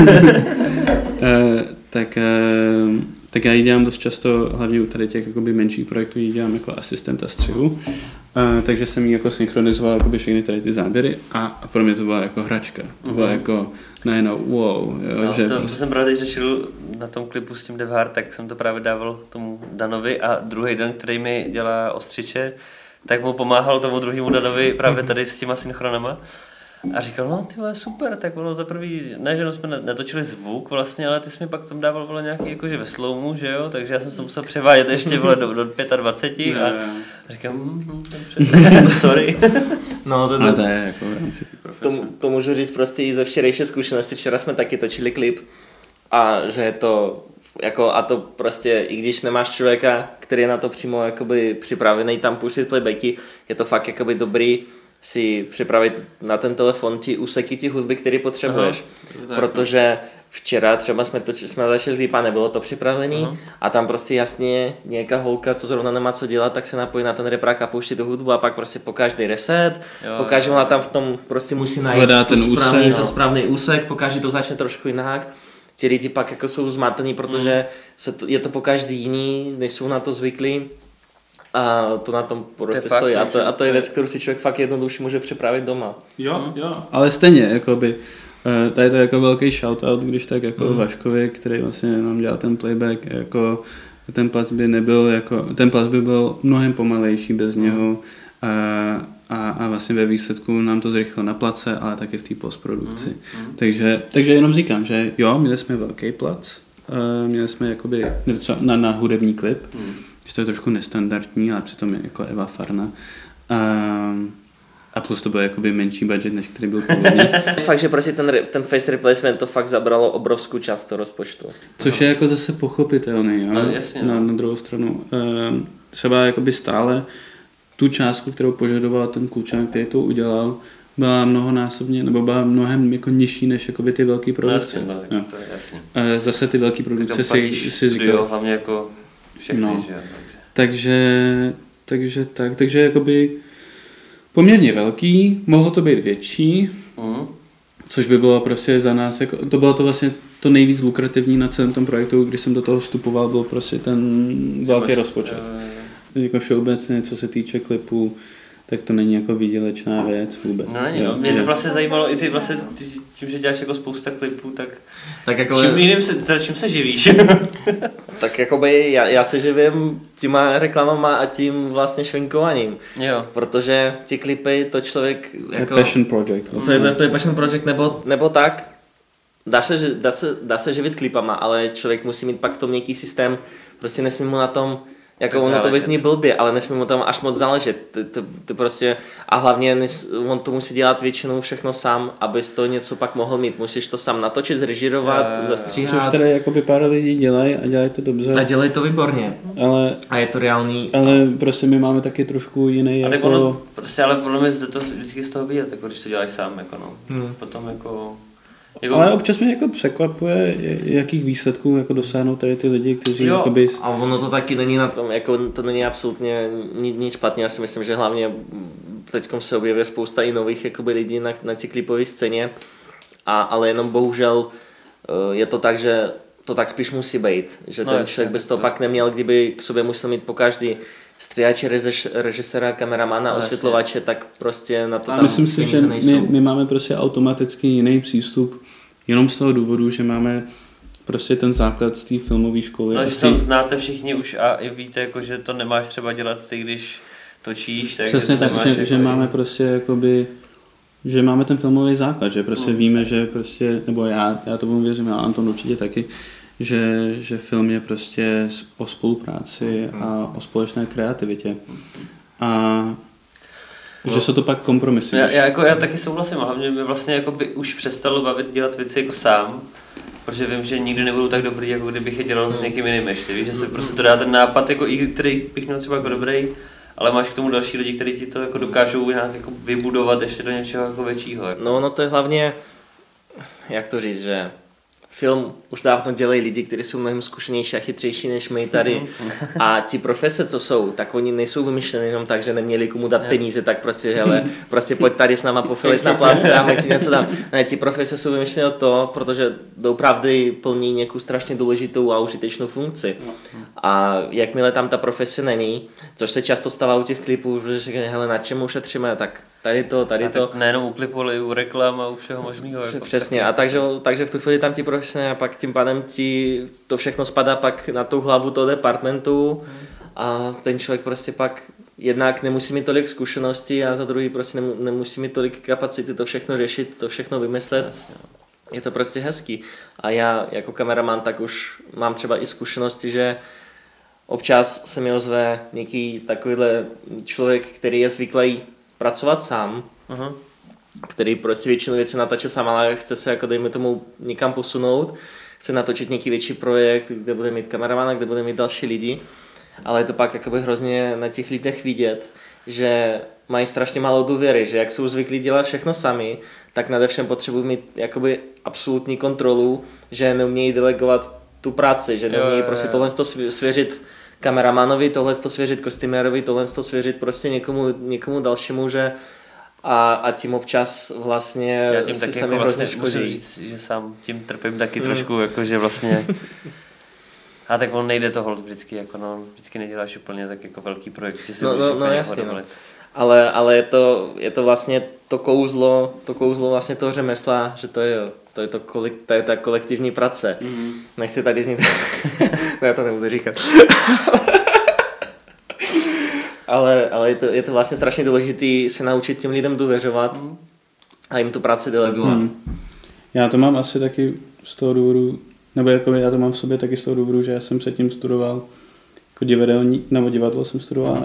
Tak já ji dělám dost často, hlavně u tady těch jakoby menších projektů, ji dělám jako asistenta střihu, takže jsem jí jako synchronizoval jakoby všechny tady ty záběry a pro mě to byla jako hračka. To bylo jako najednou wow. Jo, že to jsem právě řešil na tom klipu s tím DevHard, tak jsem to právě dával tomu Danovi a druhý Dan, který mi dělá ostřiče, tak mu pomáhal tomu druhému Danovi právě tady s těma synchronama. A říkal, no ty vole, super, tak ono za prvý, ne, že jsme netočili zvuk vlastně, ale ty jsi mi pak tam dával vole nějaký jakože ve slowmu, že jo, takže já jsem to musel převádět ještě vole do 25 a říkám, sorry. No to je jako v rámci té profese. To můžu říct prostě i ze včerejší zkušenosti, včera jsme taky točili klip a že je to jako a to prostě, i když nemáš člověka, který je na to přímo jakoby připravený tam pouštět playbacky, je to fakt jakoby dobrý si připravit na ten telefon ti úseky ti hudby, které potřebuješ. Protože včera třeba jsme začali klip a nebylo to připravený a tam prostě jasně nějaká holka, co zrovna nemá co dělat, tak se napojí na ten reprák a pouští tu hudbu a pak prostě po každý reset, pokaždé ona tam v tom prostě musí najít ten správný úsek, pokaždé to začne trošku jinak. Ti lidi pak jako jsou zmatený, protože je to pokaždý jiný, než jsou na to zvyklí. A to na tom prostě stojí. A to je věc, kterou si člověk fakt jednoduše může připravit doma. Jo, ale stejně, jakoby, tady to je jako velký shoutout, když tak jako Vaškovi, který vlastně nám dělal ten playback, jako ten plac by nebyl, jako, ten plac by byl mnohem pomalejší bez něho a vlastně ve výsledku nám to zrychlilo na place, ale taky v té postprodukci. Takže jenom říkám, že jo, měli jsme velký plac, měli jsme jakoby na hudební klip, že to je trošku nestandardní, ale přitom je jako Eva Farna. A plus to byl jakoby menší budget, než který byl původně. Fakt, že prostě ten face replacement to fakt zabralo obrovskou část toho rozpočtu. Což je jako zase pochopitelný, jo? No, jasně, no. Na druhou stranu. Třeba jakoby stále tu částku, kterou požadoval ten klučák, který to udělal, byla mnohonásobně, nebo byla mnohem jako nižší než jakoby ty velký produkce. No, jasně, to je jasně. Zase ty velký produkce si říkal. Hlavně jako všechny, no. Že? Takže jakoby poměrně velký, mohlo to být větší, což by bylo prostě za nás, jako, to bylo to vlastně to nejvíc lukrativní na celém tom projektu, když jsem do toho vstupoval, byl prostě ten velký rozpočet. Jako všeobecně, co se týče klipů, tak to není jako výdělečná věc vůbec. No není, no. Mě to vlastně zajímalo i ty vlastně, tím, že děláš jako spousta klipů, tak jako čím se živíš? Tak jakoby já se živím těma reklamama a tím vlastně švinkováním. Jo. Protože ty klipy, to člověk... To je passion project. To je passion project nebo tak. Dá se živit klipama, ale člověk musí mít pak v tom nějaký systém, prostě nesmí mu na tom jako ono to vyzní blbě, ale nesmí mu tam až moc záležet. To prostě, a hlavně on to musí dělat většinou všechno sám, abys to něco pak mohl mít. Musíš to sám natočit, zrežírovat, zastříhat. Což tady jakoby pár lidí dělají a dělají to dobře. A dělají to výborně. A je to reálný. Ale prostě my máme taky trošku jiný a jako... Ono, prostě, ale podle mě to vždycky z toho vidět, jako když to děláš sám, jako no. Potom jako... Ale občas mě jako překvapuje, jakých výsledků jako dosáhnou tady ty lidi, kteří jakoby... A ono to taky není na tom, jako to není absolutně nic špatně, já si myslím, že hlavně teďkom se objevuje spousta i nových jakoby lidí na té klipové scéně, ale jenom bohužel je to tak, že to tak spíš musí být, že ten člověk bez toho pak neměl, kdyby k sobě musel mít po každý stříhače, režiséra, kameramana, osvětlovače, tak prostě na to tam myslím si, že my máme prostě automaticky jiný přístup, jenom z toho důvodu, že máme prostě ten základ z té filmové školy. No, že tam znáte všichni už a i víte, jako, že to nemáš třeba dělat ty, když točíš. Tak přesně tak, že máme prostě jakoby, že máme ten filmový základ, že prostě víme, že prostě, nebo já tomu věřím, a Anton určitě taky, že film je prostě o spolupráci a o společné kreativitě. A že se to pak kompromisí. Já taky souhlasím, hlavně mě vlastně jako by už přestalo bavit dělat věci jako sám, protože vím, že nikdy nebudou tak dobrý, jako kdybych je dělal s někým jiným ještě. Víš, že se prostě to dá ten nápad, jako, který bych měl třeba jako dobrý, ale máš k tomu další lidi, kteří ti to jako dokážou nějak jako vybudovat ještě do něčeho jako většího. Jako. No to je hlavně, jak to říct, že film už dávno dělají lidi, kteří jsou mnohem zkušenější a chytřejší než my tady. A ti profese, co jsou, tak oni nejsou vymyšleni jenom tak, že neměli komu dát peníze, tak prostě, hele, prostě pojď tady s náma pofilit na place a my ti něco dám. Ne, ti profese jsou vymyšleny o to, protože doopravdy plní nějakou strašně důležitou a užitečnou funkci. A jakmile tam ta profese není, což se často stává u těch klipů, že říkají, hele, na čem ušetříme, tak tady to. Tak nejenom u klipu, ale i u reklam a u všeho možného. Jako přesně, a takže v tu chvíli tam ti profesně a pak tím pádem ti to všechno spadá pak na tu hlavu toho departmentu a ten člověk prostě pak jednak nemusí mít tolik zkušeností a za druhý prostě nemusí mít tolik kapacity to všechno řešit, to všechno vymyslet. Je to prostě hezký. A já jako kameraman tak už mám třeba i zkušenosti, že občas se mi ozve nějaký takovýhle člověk, který je zvyklý pracovat sám, který prostě většinu věcí natáče sám, ale chce se jako dejme tomu někam posunout, chce natočit nějaký větší projekt, kde bude mít kameramana, kde bude mít další lidi, ale je to pak jakoby hrozně na těch lidech vidět, že mají strašně málo důvěry, že jak jsou zvyklí dělat všechno sami, tak nade všem potřebují mít jakoby absolutní kontrolu, že neumějí delegovat tu práci, že neumějí prostě tohle svěřit kameramanovi, tohle to svěřit kostýmérovi, tohle to svěřit prostě někomu dalšímu, že a tím občas vlastně si sami hrozně škodí. Musím říct, že sám tím trpím taky trošku, jakože vlastně A tak on nejde to hold vždycky, jako no, vždycky neděláš úplně tak jako velký projekt, že si no jasně, no. Ale je to vlastně to kouzlo vlastně toho řemesla, že to je ta kolektivní práce. Mm-hmm. Nechci tady znít, no, já to nebudu říkat. ale je to vlastně strašně důležité se naučit těm lidem důvěřovat a jim tu práci delegovat. Já to mám asi taky z toho důvodu, nebo jako já to mám v sobě taky z toho důvodu, že já jsem se tím studoval jako divadlo jsem studoval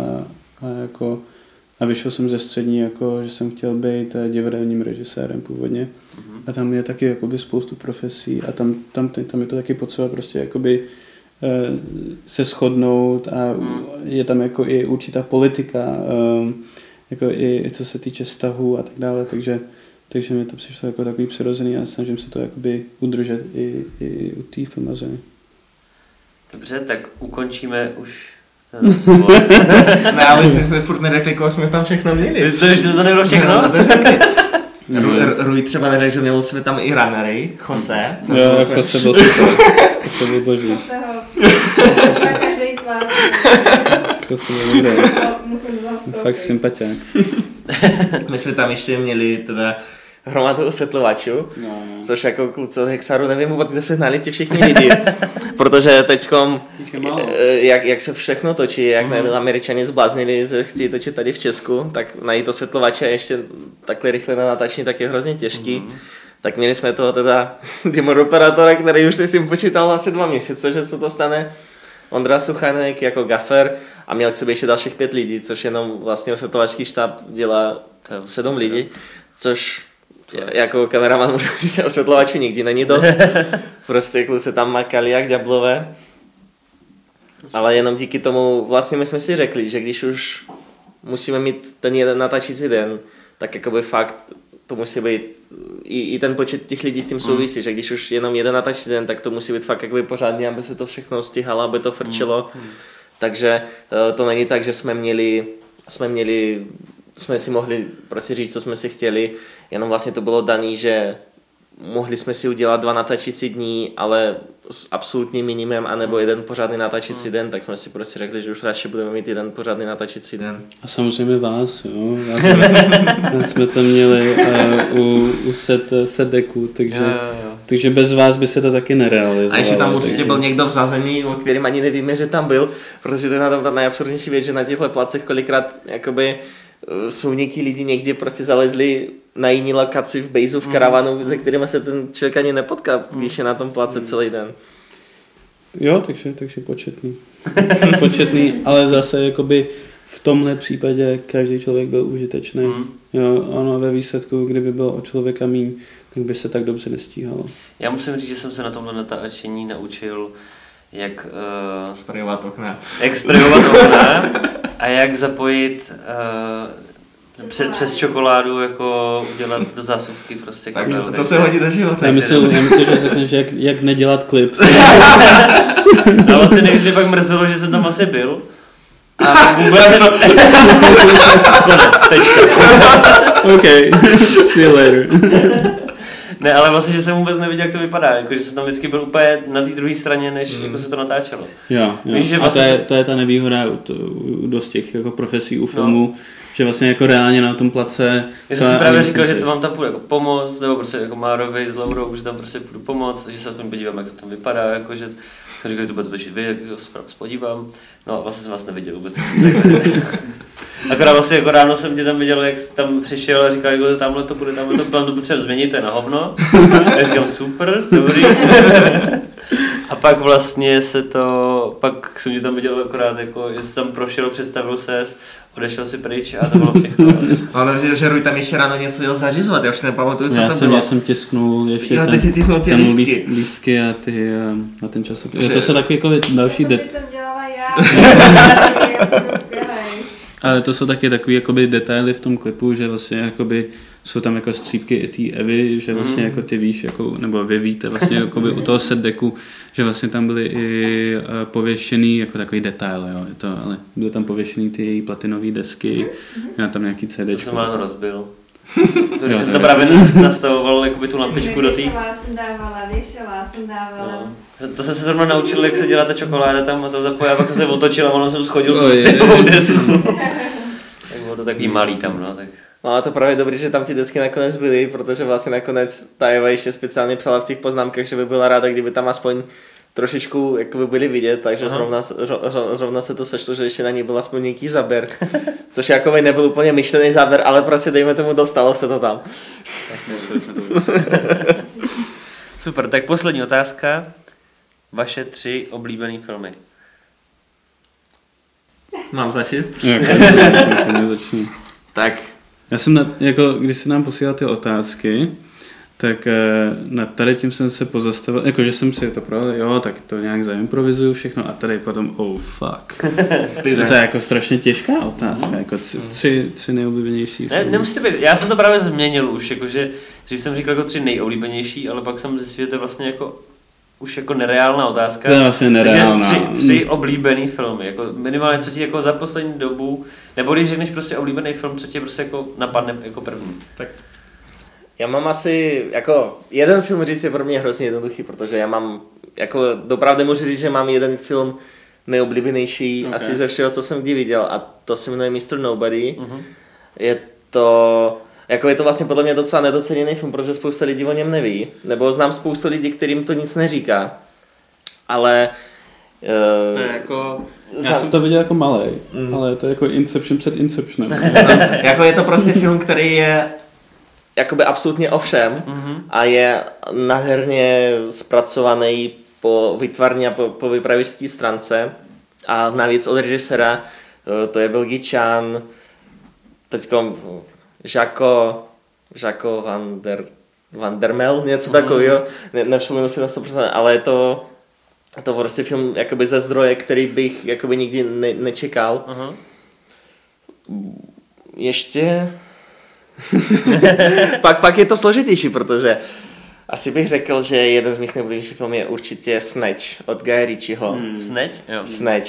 a vyšel jsem ze střední, jako, že jsem chtěl být divadelním režisérem původně. A tam je taky jakoby spoustu profesí a tam je to taky potřeba prostě jakoby se shodnout a je tam jako i určitá politika, jako i co se týče vztahů a tak dále, takže mi to přišlo jako takový přirozený a snažím se to jakoby udržet i u té filmařiny. Dobře, tak ukončíme už ne, ale jsme se furt neřekli, koho jsme tam všechno měli. To nebylo všechno? Rui třeba neřekl, že měl jsme tam i runnery, Jose. Jo, Jose byl super. Jose byl boží. Joseho, každý tlak. Jose byl dobrý. Musím zastoupit. Fakt sympatiák. My jsme tam ještě měli teda hromadu osvětlovačů, což jako kluci od Hexaru, nevím vůbec, kde se hnali ti všichni lidi, protože teďkom, jak se všechno točí, jak najednou Američani zbláznili, že chtějí točit tady v Česku, tak najít osvětlovače ještě takhle rychle na natáčení, tak je hrozně těžký. Tak měli jsme toho teda operátora, který už si počítal asi 2 měsíce, že co to stane. Ondra Suchanek jako gaffer a měl k sobě ještě dalších 5 lidí, což jenom vlastně osvětlovačský štáb dělá 7 lidí, což jako kameraman můžu říct, že osvětlovačů nikdy není dost. Prostě kluci tam makali jak ďablové. Ale jenom díky tomu vlastně my jsme si řekli, že když už musíme mít ten jeden natáčící den, tak jakoby fakt to musí být i ten počet těch lidí s tím souvisí, že když už jenom jeden natáčící den, tak to musí být fakt jakoby pořádně, aby se to všechno stihalo, aby to frčilo. Takže to není tak, že jsme si mohli prostě říct, co jsme si chtěli, jenom vlastně to bylo daný, že mohli jsme si udělat 2 natáčící dní, ale s absolutním minimem, anebo jeden pořádný natáčící den, tak jsme si prostě řekli, že už radši budeme mít jeden pořádný natáčící den. A samozřejmě vás, jo. Já jsme tam měli u sedeku, takže bez vás by se to taky nerealizovalo. A ještě tam určitě byl někdo v zázemí, o kterým ani nevíme, že tam byl, protože to je na tom ta nejabsurdnější věc, že na těchto placech kolikrát jakoby jsou někdy lidi někde prostě zalezli na jiný lokaci v bejzu, v karavanu, se kterými se ten člověk ani nepotká, když je na tom place celý den. Jo, takže početný, ale zase jakoby v tomhle případě každý člověk byl užitečný. Jo, ono ve výsledku, kdyby bylo o člověka míň, tak by se tak dobře nestíhalo. Já musím říct, že jsem se na tomhle natáčení naučil, jak sprejovat okna. A jak zapojit přes čokoládu jako udělat do zásuvky prostě. Tak to se hodí do života. Já myslím, že řekneš, jak nedělat klip. A vlastně nejdřív pak mrzelo, že jsem tam asi byl. A vůbec konec, tečka. OK, see you later. Ne, ale vlastně, že jsem vůbec neviděl, jak to vypadá, jako, že jsem tam vždycky byl úplně na té druhé straně, než jako se to natáčelo. Jo. Víš, že vlastně to je ta nevýhoda u dost těch jako profesí u filmu, že vlastně jako reálně na tom place... Já jsem si právě říkal, že to vám tam půjdu jako pomoct, nebo prostě jako Márovi s Laurou, že tam prostě půjdu pomoct, že se aspoň podívám, jak to tam vypadá, jako, že říkal, že to bude točit vy, jak se podívám. No a vlastně jsem vás neviděl vůbec. Akorát vlastně jako ráno jsem tě tam viděl, jak jsi tam přišel a říkal, jako tamhle to bude, tamhle to plán, to potřeba změnit, to je na hovno. A já říkám, super, dobrý. A pak vlastně pak jsem tě tam viděl akorát, jako, že jsi tam prošel, představil ses, odešel si pryč a to bylo všechno. Ale že Rui tam ještě ráno něco jel zařizovat, já už nepamatuju, co to bylo. Já jsem tisknul ještě ty lístky a ten časopis. To jsou takový jako další To jsem dělala já. Ale to jsou taky takový jakoby detaily v tom klipu, že vlastně jakoby jsou tam jako střípky i té Evy, že vlastně jako ty víš, jako, nebo vy víte vlastně jakoby u toho set decku, že vlastně tam byly i pověšený, jako takový detail, jo, ale byly tam pověšený ty její platinové desky, měla tam nějaký CDčko. To jsem ale rozbil. Když jsem to právě nastavoval jakoby tu lampičku do té... Věšela, sundávala. No. To jsem se zrovna naučil, jak se dělá ta čokoláda tam a to zapojil, a pak jsem se otočil a ono jsem schodil tu citovou desku. Tak bylo to takový malý tam, no. Tak. No ale to právě dobrý, že tam ty desky nakonec byly, protože vlastně nakonec ta Eva ještě speciálně psala v těch poznámkách, že by byla ráda, kdyby tam aspoň trošičku jakoby byli vidět, takže zrovna se to sešlo, že ještě na ní byl aspoň nějaký záběr, což jakoby nebyl úplně myšlený záběr, ale prostě dejme tomu dostalo se to tam. Tak museli jsme to udělat. Super, tak poslední otázka. Vaše 3 oblíbené filmy. Mám začít? Začni. Tak. Já jsem, když se nám posílal ty otázky, tak nad tady tím jsem se pozastavil, jakože jsem si to provedl, jo, tak to nějak zaimprovizuju všechno a tady potom, oh fuck. To je jako strašně těžká otázka, jako tři nejoblíbenější filmy. Nemusíte být, já jsem to právě změnil už, jakože dřív jsem říkal jako 3 nejoblíbenější, ale pak jsem zjistil, že to je vlastně jako už jako nereálná otázka. To je vlastně nereálná. Tři oblíbený filmy, jako minimálně co ti jako za poslední dobu, nebo když řekneš prostě oblíbený film, co ti prostě jako napadne jako první. Tak. Já mám asi, jako jeden film říct je pro mě hrozně jednoduchý, protože já mám, jako dopravdy můžu říct, že mám jeden film nejoblíbenější asi ze všeho, co jsem kdy viděl a to se jmenuje Mr. Nobody. Je to vlastně podle mě docela nedoceněný film, protože spousta lidí o něm neví, nebo znám spoustu lidí, kterým to nic neříká, ale... To je jako... Já jsem to viděl jako malej, ale je to jako Inception před Inceptionem. Jako je to prostě film, který je jakoby absolutně o všem a je nádherně zpracovaný po výtvarně a po vypravěčské stránce a navíc od režisera, to je Belgičan, teďko Jaco van der Mel, něco takového, nevzpomínám si na 100%, ale je to prostě film jakoby ze zdroje, který bych jakoby nikdy nečekal. Ještě... pak je to složitější, protože asi bych řekl, že jeden z mých nejoblíbenějších filmů je určitě Snatch od Guya Ritchieho. Snatch? Jo. Snatch.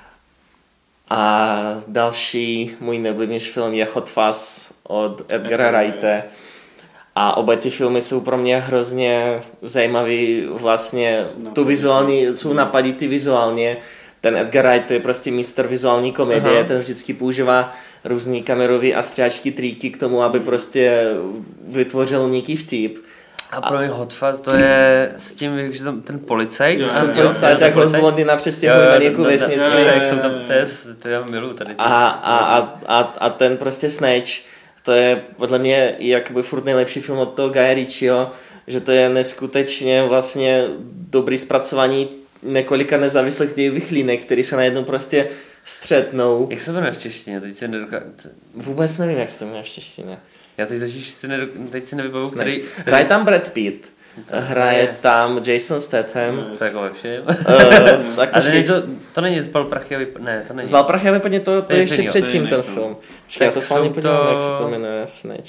A další můj nejoblíbenější film je Hot Fuzz od Edgara Wrighta. A oba ty filmy jsou pro mě hrozně zajímavý, vlastně tu vizuální, jsou napaditý vizuálně. Ten Edgar Wright je prostě mistr vizuální komedie, ten vždycky používá různý kamerový a střihačky triky k tomu, aby prostě vytvořil nějaký vtip. A pro mě Hot Fuzz to je s tím, že tam ten policajt. Ten policajt, jak ho z Londýna přestěhuje na nějakou vesnici. To já miluju tady. A ten prostě Snatch, to je podle mě jakoby furt nejlepší film od toho Guya Ritchieho, že to je neskutečně vlastně dobrý zpracování několika nezávislých dějových linek, který se najednou prostě střetnou. Jak se to jmenuje v češtině? Teď si Vůbec nevím, jak se to jmenuje v češtině. Já teď si nevybavu, který... Hraje tam Brad Pitt, hraje tam Jason Statham. Takové vše. A to není z Valprachy a vypadne, ne, to není. Z Valprachy a vypadne to je ještě předtím ten film. Já se s vámi podívám, jak se to jmenuje, Snatch.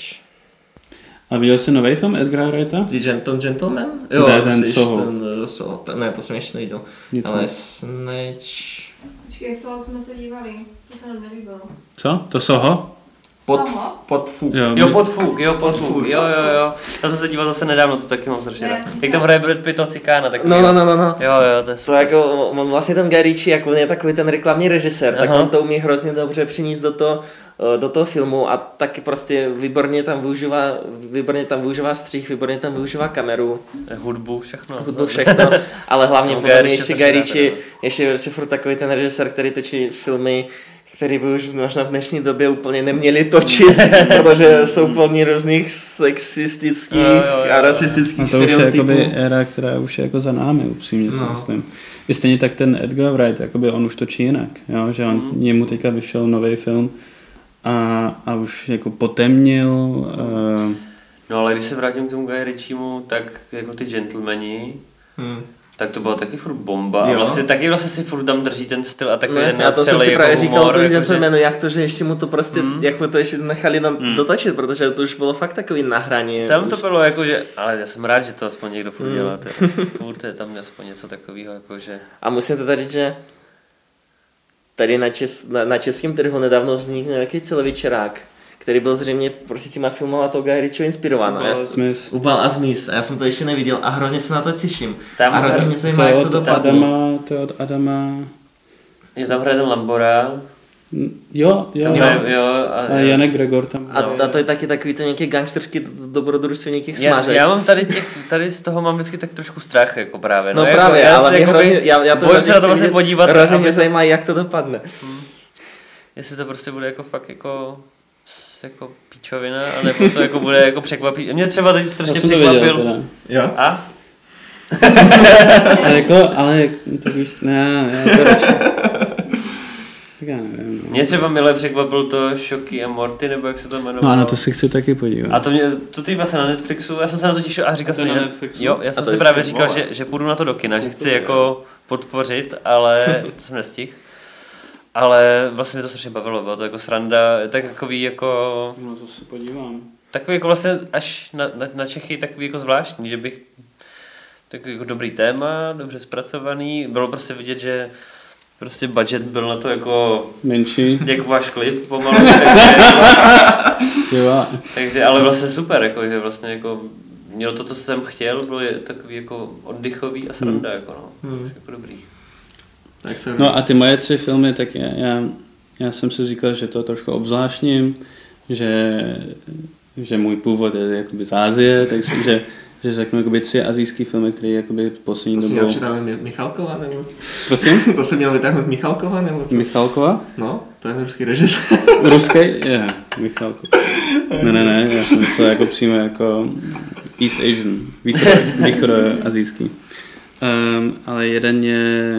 A viděl jsi nový film Edgara Wrighta? The Gentleman? Jo, ten Soho. Ne, to jsem ještě neviděl. Ale Snatch... Počkej, Soho jsme se dívali, to se nám nelíbilo. Co? To Soho? Podfuk. Podfuk. Jo. Já jsem se díval zase nedávno, to taky mám strašně rád. Jak tam hraje Brad Pitt toho cikána, tak No. Jo, to je jako, on vlastně ten Guy Ritchie, jako on je takový ten reklamní režisér, tak on to umí hrozně dobře přinést do toho filmu a taky prostě výborně tam využívá střih, výborně tam využívá kameru. Hudbu, všechno, ale hlavně podle mě ještě Guy Ritchie, ještě furt takový ten režisér, který točí filmy, který by už možná v dnešní době úplně neměli točit, protože jsou plní různých sexistických a rasistických stereotypů. To už je jakoby éra, která už je jako za námi, upřímně si myslím. I stejně tak ten Edgar Wright, jakoby on už točí jinak, jo? Že němu teďka vyšel nový film a už jako potemnil. No ale když se vrátím k tomu Guy Ritchiemu, tak jako ty Gentlemani, tak to byla taky furt bomba. A vlastně si furt tam drží ten styl a takový ten to jsem si právě říkal tomu Gentlemanu, jak to, že ještě mu to prostě, jak mu to ještě nechali dotočit, protože to už bylo fakt takový na hraně. Tam to bylo jako, že, ale já jsem rád, že to aspoň někdo furt dělá. Furt je tam aspoň něco takového, jakože. A musím teda říct, že tady na českém trhu nedávno vznikl nějaký celovečerák, který byl zřejmě prostě těma filmama toho Guy Ritchieho inspirovaný. Ubal a Smith. A já jsem to ještě neviděl a hrozně se na to těším. A hrozně mě zajímá, jak to dopadne. To je od Adama. Je tam hraje ten Lambora. Jo. A Janek Gregor tam. A to je taky takový to nějaký gangsterský dobrodružství nějakých smažek. Já mám tady z toho mám vždycky tak trošku strach, jako právě. No právě, jako, ale mě hrozně, já to bojím se na to vlastně podívat. Hrozně mě zajímá, jak to dopadne. Jestli to prostě bude jako fakt jako píčovina, anebo to jako bude jako překvapí. Mě třeba teď strašně překvapil. Jo? A? ale to víš, ne, já to radši. Tak já nevím. No. Mě třeba milé překvapil to Shocky a Morty, nebo jak se to jmenovalo. No a na to si chci taky podívat. A to ty vlastně na Netflixu, já jsem se na to těšil a říkal jsem, jo, já jsem si právě říkal, že půjdu na to do kina, že chci jako podpořit, ale to jsem nestihl. Ale vlastně mě to strašně bavilo, bylo to jako sranda, takový jako... No to se podívám. Takový jako vlastně až na Čechy takový jako zvláštní, že bych takový jako dobrý téma, dobře zpracovaný, bylo prostě vidět, že prostě budget byl na to jako... Menší. Jako váš klip pomalu. takže, ale vlastně super, jako, že vlastně jako mělo to, co jsem chtěl, bylo takový jako oddychový a sranda, jako no, jako dobrý. No a ty moje 3 filmy, tak já jsem si říkal, že to trošku obzvláštním, že můj původ je jakoby z Ázie, takže že řeknu jakoby 3 asijský filmy, které jakoby poslední dobou... To si měl přitáhnout Michalkova, nebo? Prosím? To si měl vytáhnout Michalkova, nebo co? Michalkova? No, to je ruský režisér. Ruský? Je, Michalkov. Ne, já jsem myslel jako přímo jako East Asian, východoazijský. Ale jeden je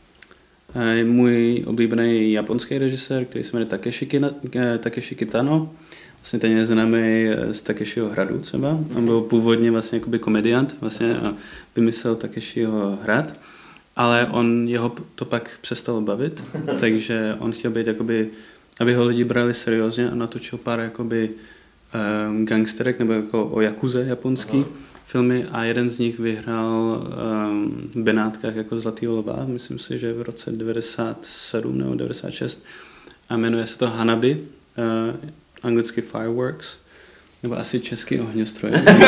můj oblíbený japonský režisér, který se jmenuje Takeshi Kitano. Vlastně ten je známý z Takeshiho hradu třeba. On byl původně vlastně jakoby komediant vlastně a vymyslel Takeshiho hrad, ale jeho to pak přestalo bavit, takže on chtěl být jakoby, aby ho lidi brali seriózně a natočil pár jakoby gangsterek nebo jako o jakuze japonský filmy a jeden z nich vyhrál v Benátkách jako Zlatý lva, myslím si, že v roce 97 nebo 96 a jmenuje se to Hanabi, anglicky Fireworks, nebo asi český ohňostroj.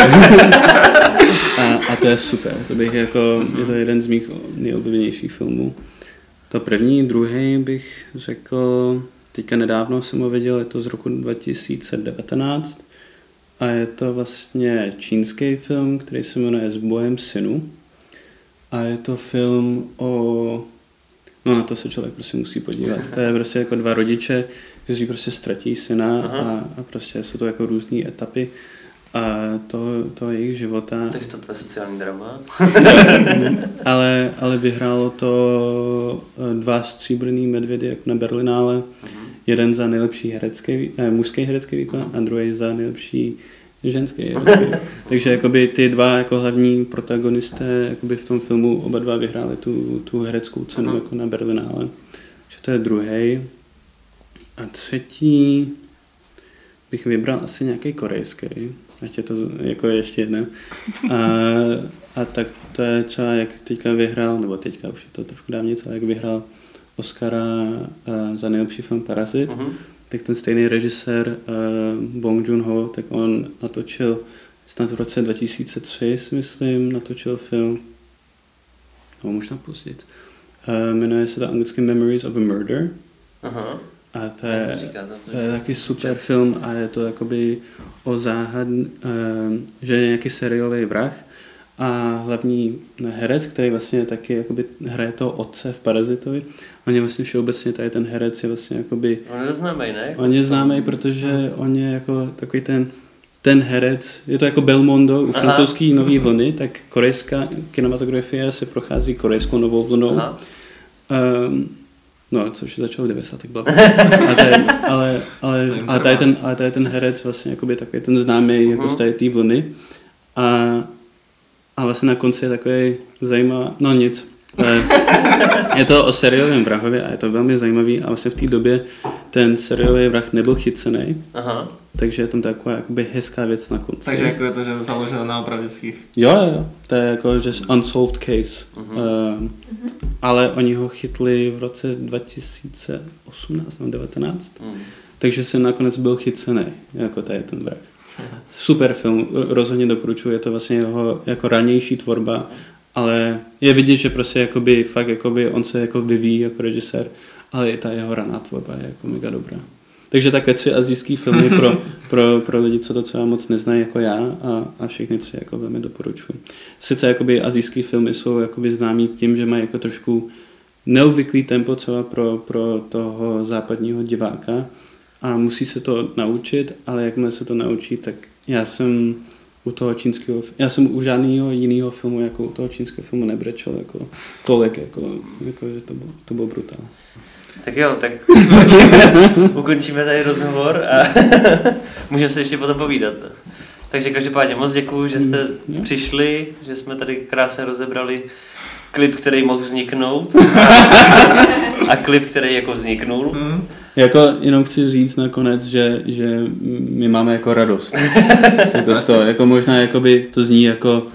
a to je super, je to jeden z mých nejoblíbenějších filmů. To první, druhý bych řekl, teďka nedávno jsem ho viděl, je to z roku 2019 a je to vlastně čínský film, který se jmenuje S bojem synu a je to film no na to se člověk prostě musí podívat. To je prostě jako 2 rodiče, kteří prostě ztratí syna a prostě jsou to jako různé etapy a toho jejich života. Takže to tvoje sociální drama. ale vyhrálo to 2 stříbrný medvědy jako na Berlinále. Jeden za nejlepší mužský herecký výkon a druhý za nejlepší ženský herecký. Takže jakoby ty 2 jako hlavní protagonisté jakoby v tom filmu oba 2 vyhráli tu hereckou cenu jako na Berlinále. Takže to je druhý. A třetí bych vybral asi nějaký korejský, ať je to jako ještě jeden. A tak to je třeba, jak teďka vyhrál, nebo teďka už je to trošku dávnice, ale jak vyhrál Oscara za nejlepší film Parazit, tak ten stejný režisér Bong Joon-ho, tak on natočil snad v roce 2003, si myslím, natočil film, no možná později, jmenuje se to anglicky Memories of a Murder. A to je taky super film a je to jakoby o že je nějaký sériový vrah a hlavní herec, který vlastně taky jakoby hraje toho otce v Parazitovi. On je vlastně všeobecně, tady ten herec je vlastně jakoby... On je známý, ne? On je známý, protože on je jako takový ten herec, je to jako Belmondo u francouzský nový vlny, tak korejská kinematografie se prochází korejskou novou vlnou. No, což začalo v 90. Ale tady ten herec vlastně jakoby takový ten známý jako z té vlny. A vlastně na konci je takový zajímavý, no nic. Je to o seriovém vrahovi a je to velmi zajímavý a vlastně v té době ten seriový vrah nebyl chycený. Takže je tam taková jakoby hezká věc na konci. Takže jako je to, že je založeno na opravdických... Jo. To je jako, že unsolved case. Ale oni ho chytli v roce 2018 nebo 2019. takže jsem nakonec byl chycený, jako tady ten vrah. Super film, rozhodně doporučuji, je to vlastně jeho jako ranější tvorba, ale je vidět, že prostě jakoby, fakt jakoby on se jako vyvíjí jako režisér, ale i ta jeho raná tvorba je jako mega dobrá. Takže takhle 3 asijský filmy pro lidi, co to třeba moc neznají jako já a všechny 3 jako velmi doporučuji. Sice jakoby asijský filmy jsou jakoby známí tím, že mají jako trošku neobvyklý tempo třeba pro toho západního diváka a musí se to naučit, ale jakmile se to naučí, tak já jsem u žádného jiného filmu jako u toho čínského filmu nebrečel jako tolik, jako že to bylo brutální. Tak jo, tak ukončíme tady rozhovor a můžeme se ještě potom povídat. Takže každopádně moc děkuju, že jste přišli, že jsme tady krásně rozebrali klip, který mohl vzniknout a klip, který jako vzniknul. Jako jenom chci říct nakonec, že my máme jako radost. Jako z toho, jako možná jakoby to zní jako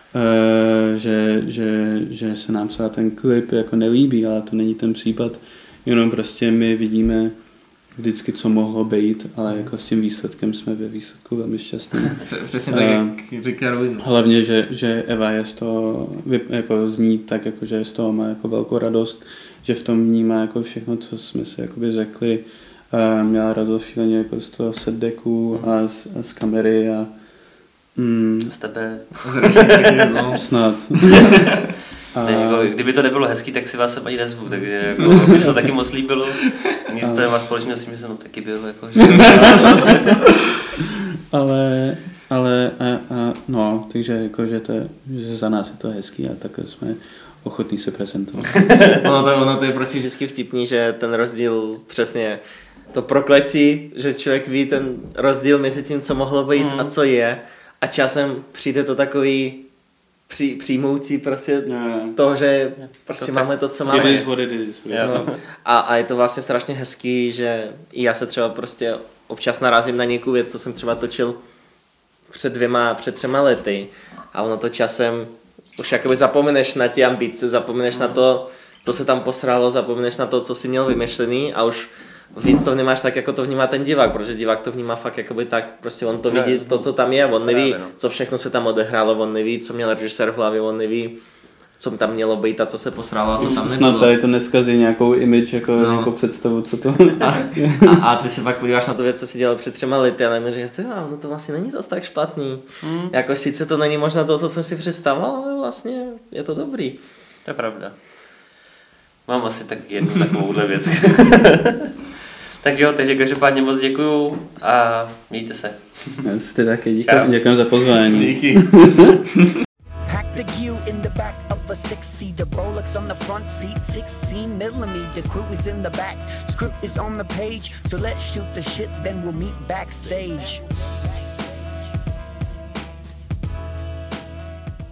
že se nám celá ten klip jako nelíbí, ale to není ten případ. Jenom prostě my vidíme vždycky, co mohlo být, ale jako s tím výsledkem jsme ve výsledku velmi šťastní. Přesně tak, jak říká Ruin. Hlavně, že Eva je z toho, jako zní tak, jako, že z toho má jako velkou radost, že v tom vnímá jako všechno, co jsme si jakoby řekli. Měla radost šíleně jako z toho setdecku a z kamery a z tebe. Snad. Ne, jako, kdyby to nebylo hezký, tak si vás sem ani nezvu, takže jako, mi se to taky moc líbilo. Nic to má společného s tím, že jsem taky byl, jako, že... no, takže jako, že za nás je to hezký a takhle jsme ochotní se prezentovat. ono to je prostě vždycky vtipný, že ten rozdíl přesně to prokletí, že člověk ví ten rozdíl mezi tím, co mohlo být a co je a časem přijde to takový přijmoutí prostě toho, že prostě máme to, co máme. It is what it is. A je to vlastně strašně hezký, že i já se třeba prostě občas narazím na nějakou věc, co jsem třeba točil před 3 lety a ono to časem už jakoby zapomeneš na ty ambice, zapomeneš na to, co se tam posralo, zapomeneš na to, co jsi měl vymyšlený a už víc to vnímáš tak, jako to vnímá ten divák, protože divák to vnímá fakt jakoby tak, prostě on to vidí, to, co tam je, on neví, co všechno se tam odehrálo, on neví, co měl režisér v hlavě, on neví, co tam mělo být a co se posralo a co tam nebylo. Snad tady to neskazí nějakou image, jako nějakou představu, co to... A ty se pak podíváš na to věc, co si dělal před 3 lety a najednou říkáš, no to vlastně není zase tak špatný. Jako sice to není možná to, co jsem si představoval, ale vlastně je to dobrý. To je pravda. Mám asi tak jednu takovouhle věc. Tak jo, takže každopádně moc děkuju a mějte se. Jste taky, děkujem za pozvání. Díky. Pack the queue in the back of a 6-seater, Rolex on the front seat, 16mm, crew is in the back, script is on the page, so let's shoot the shit, then we'll meet backstage.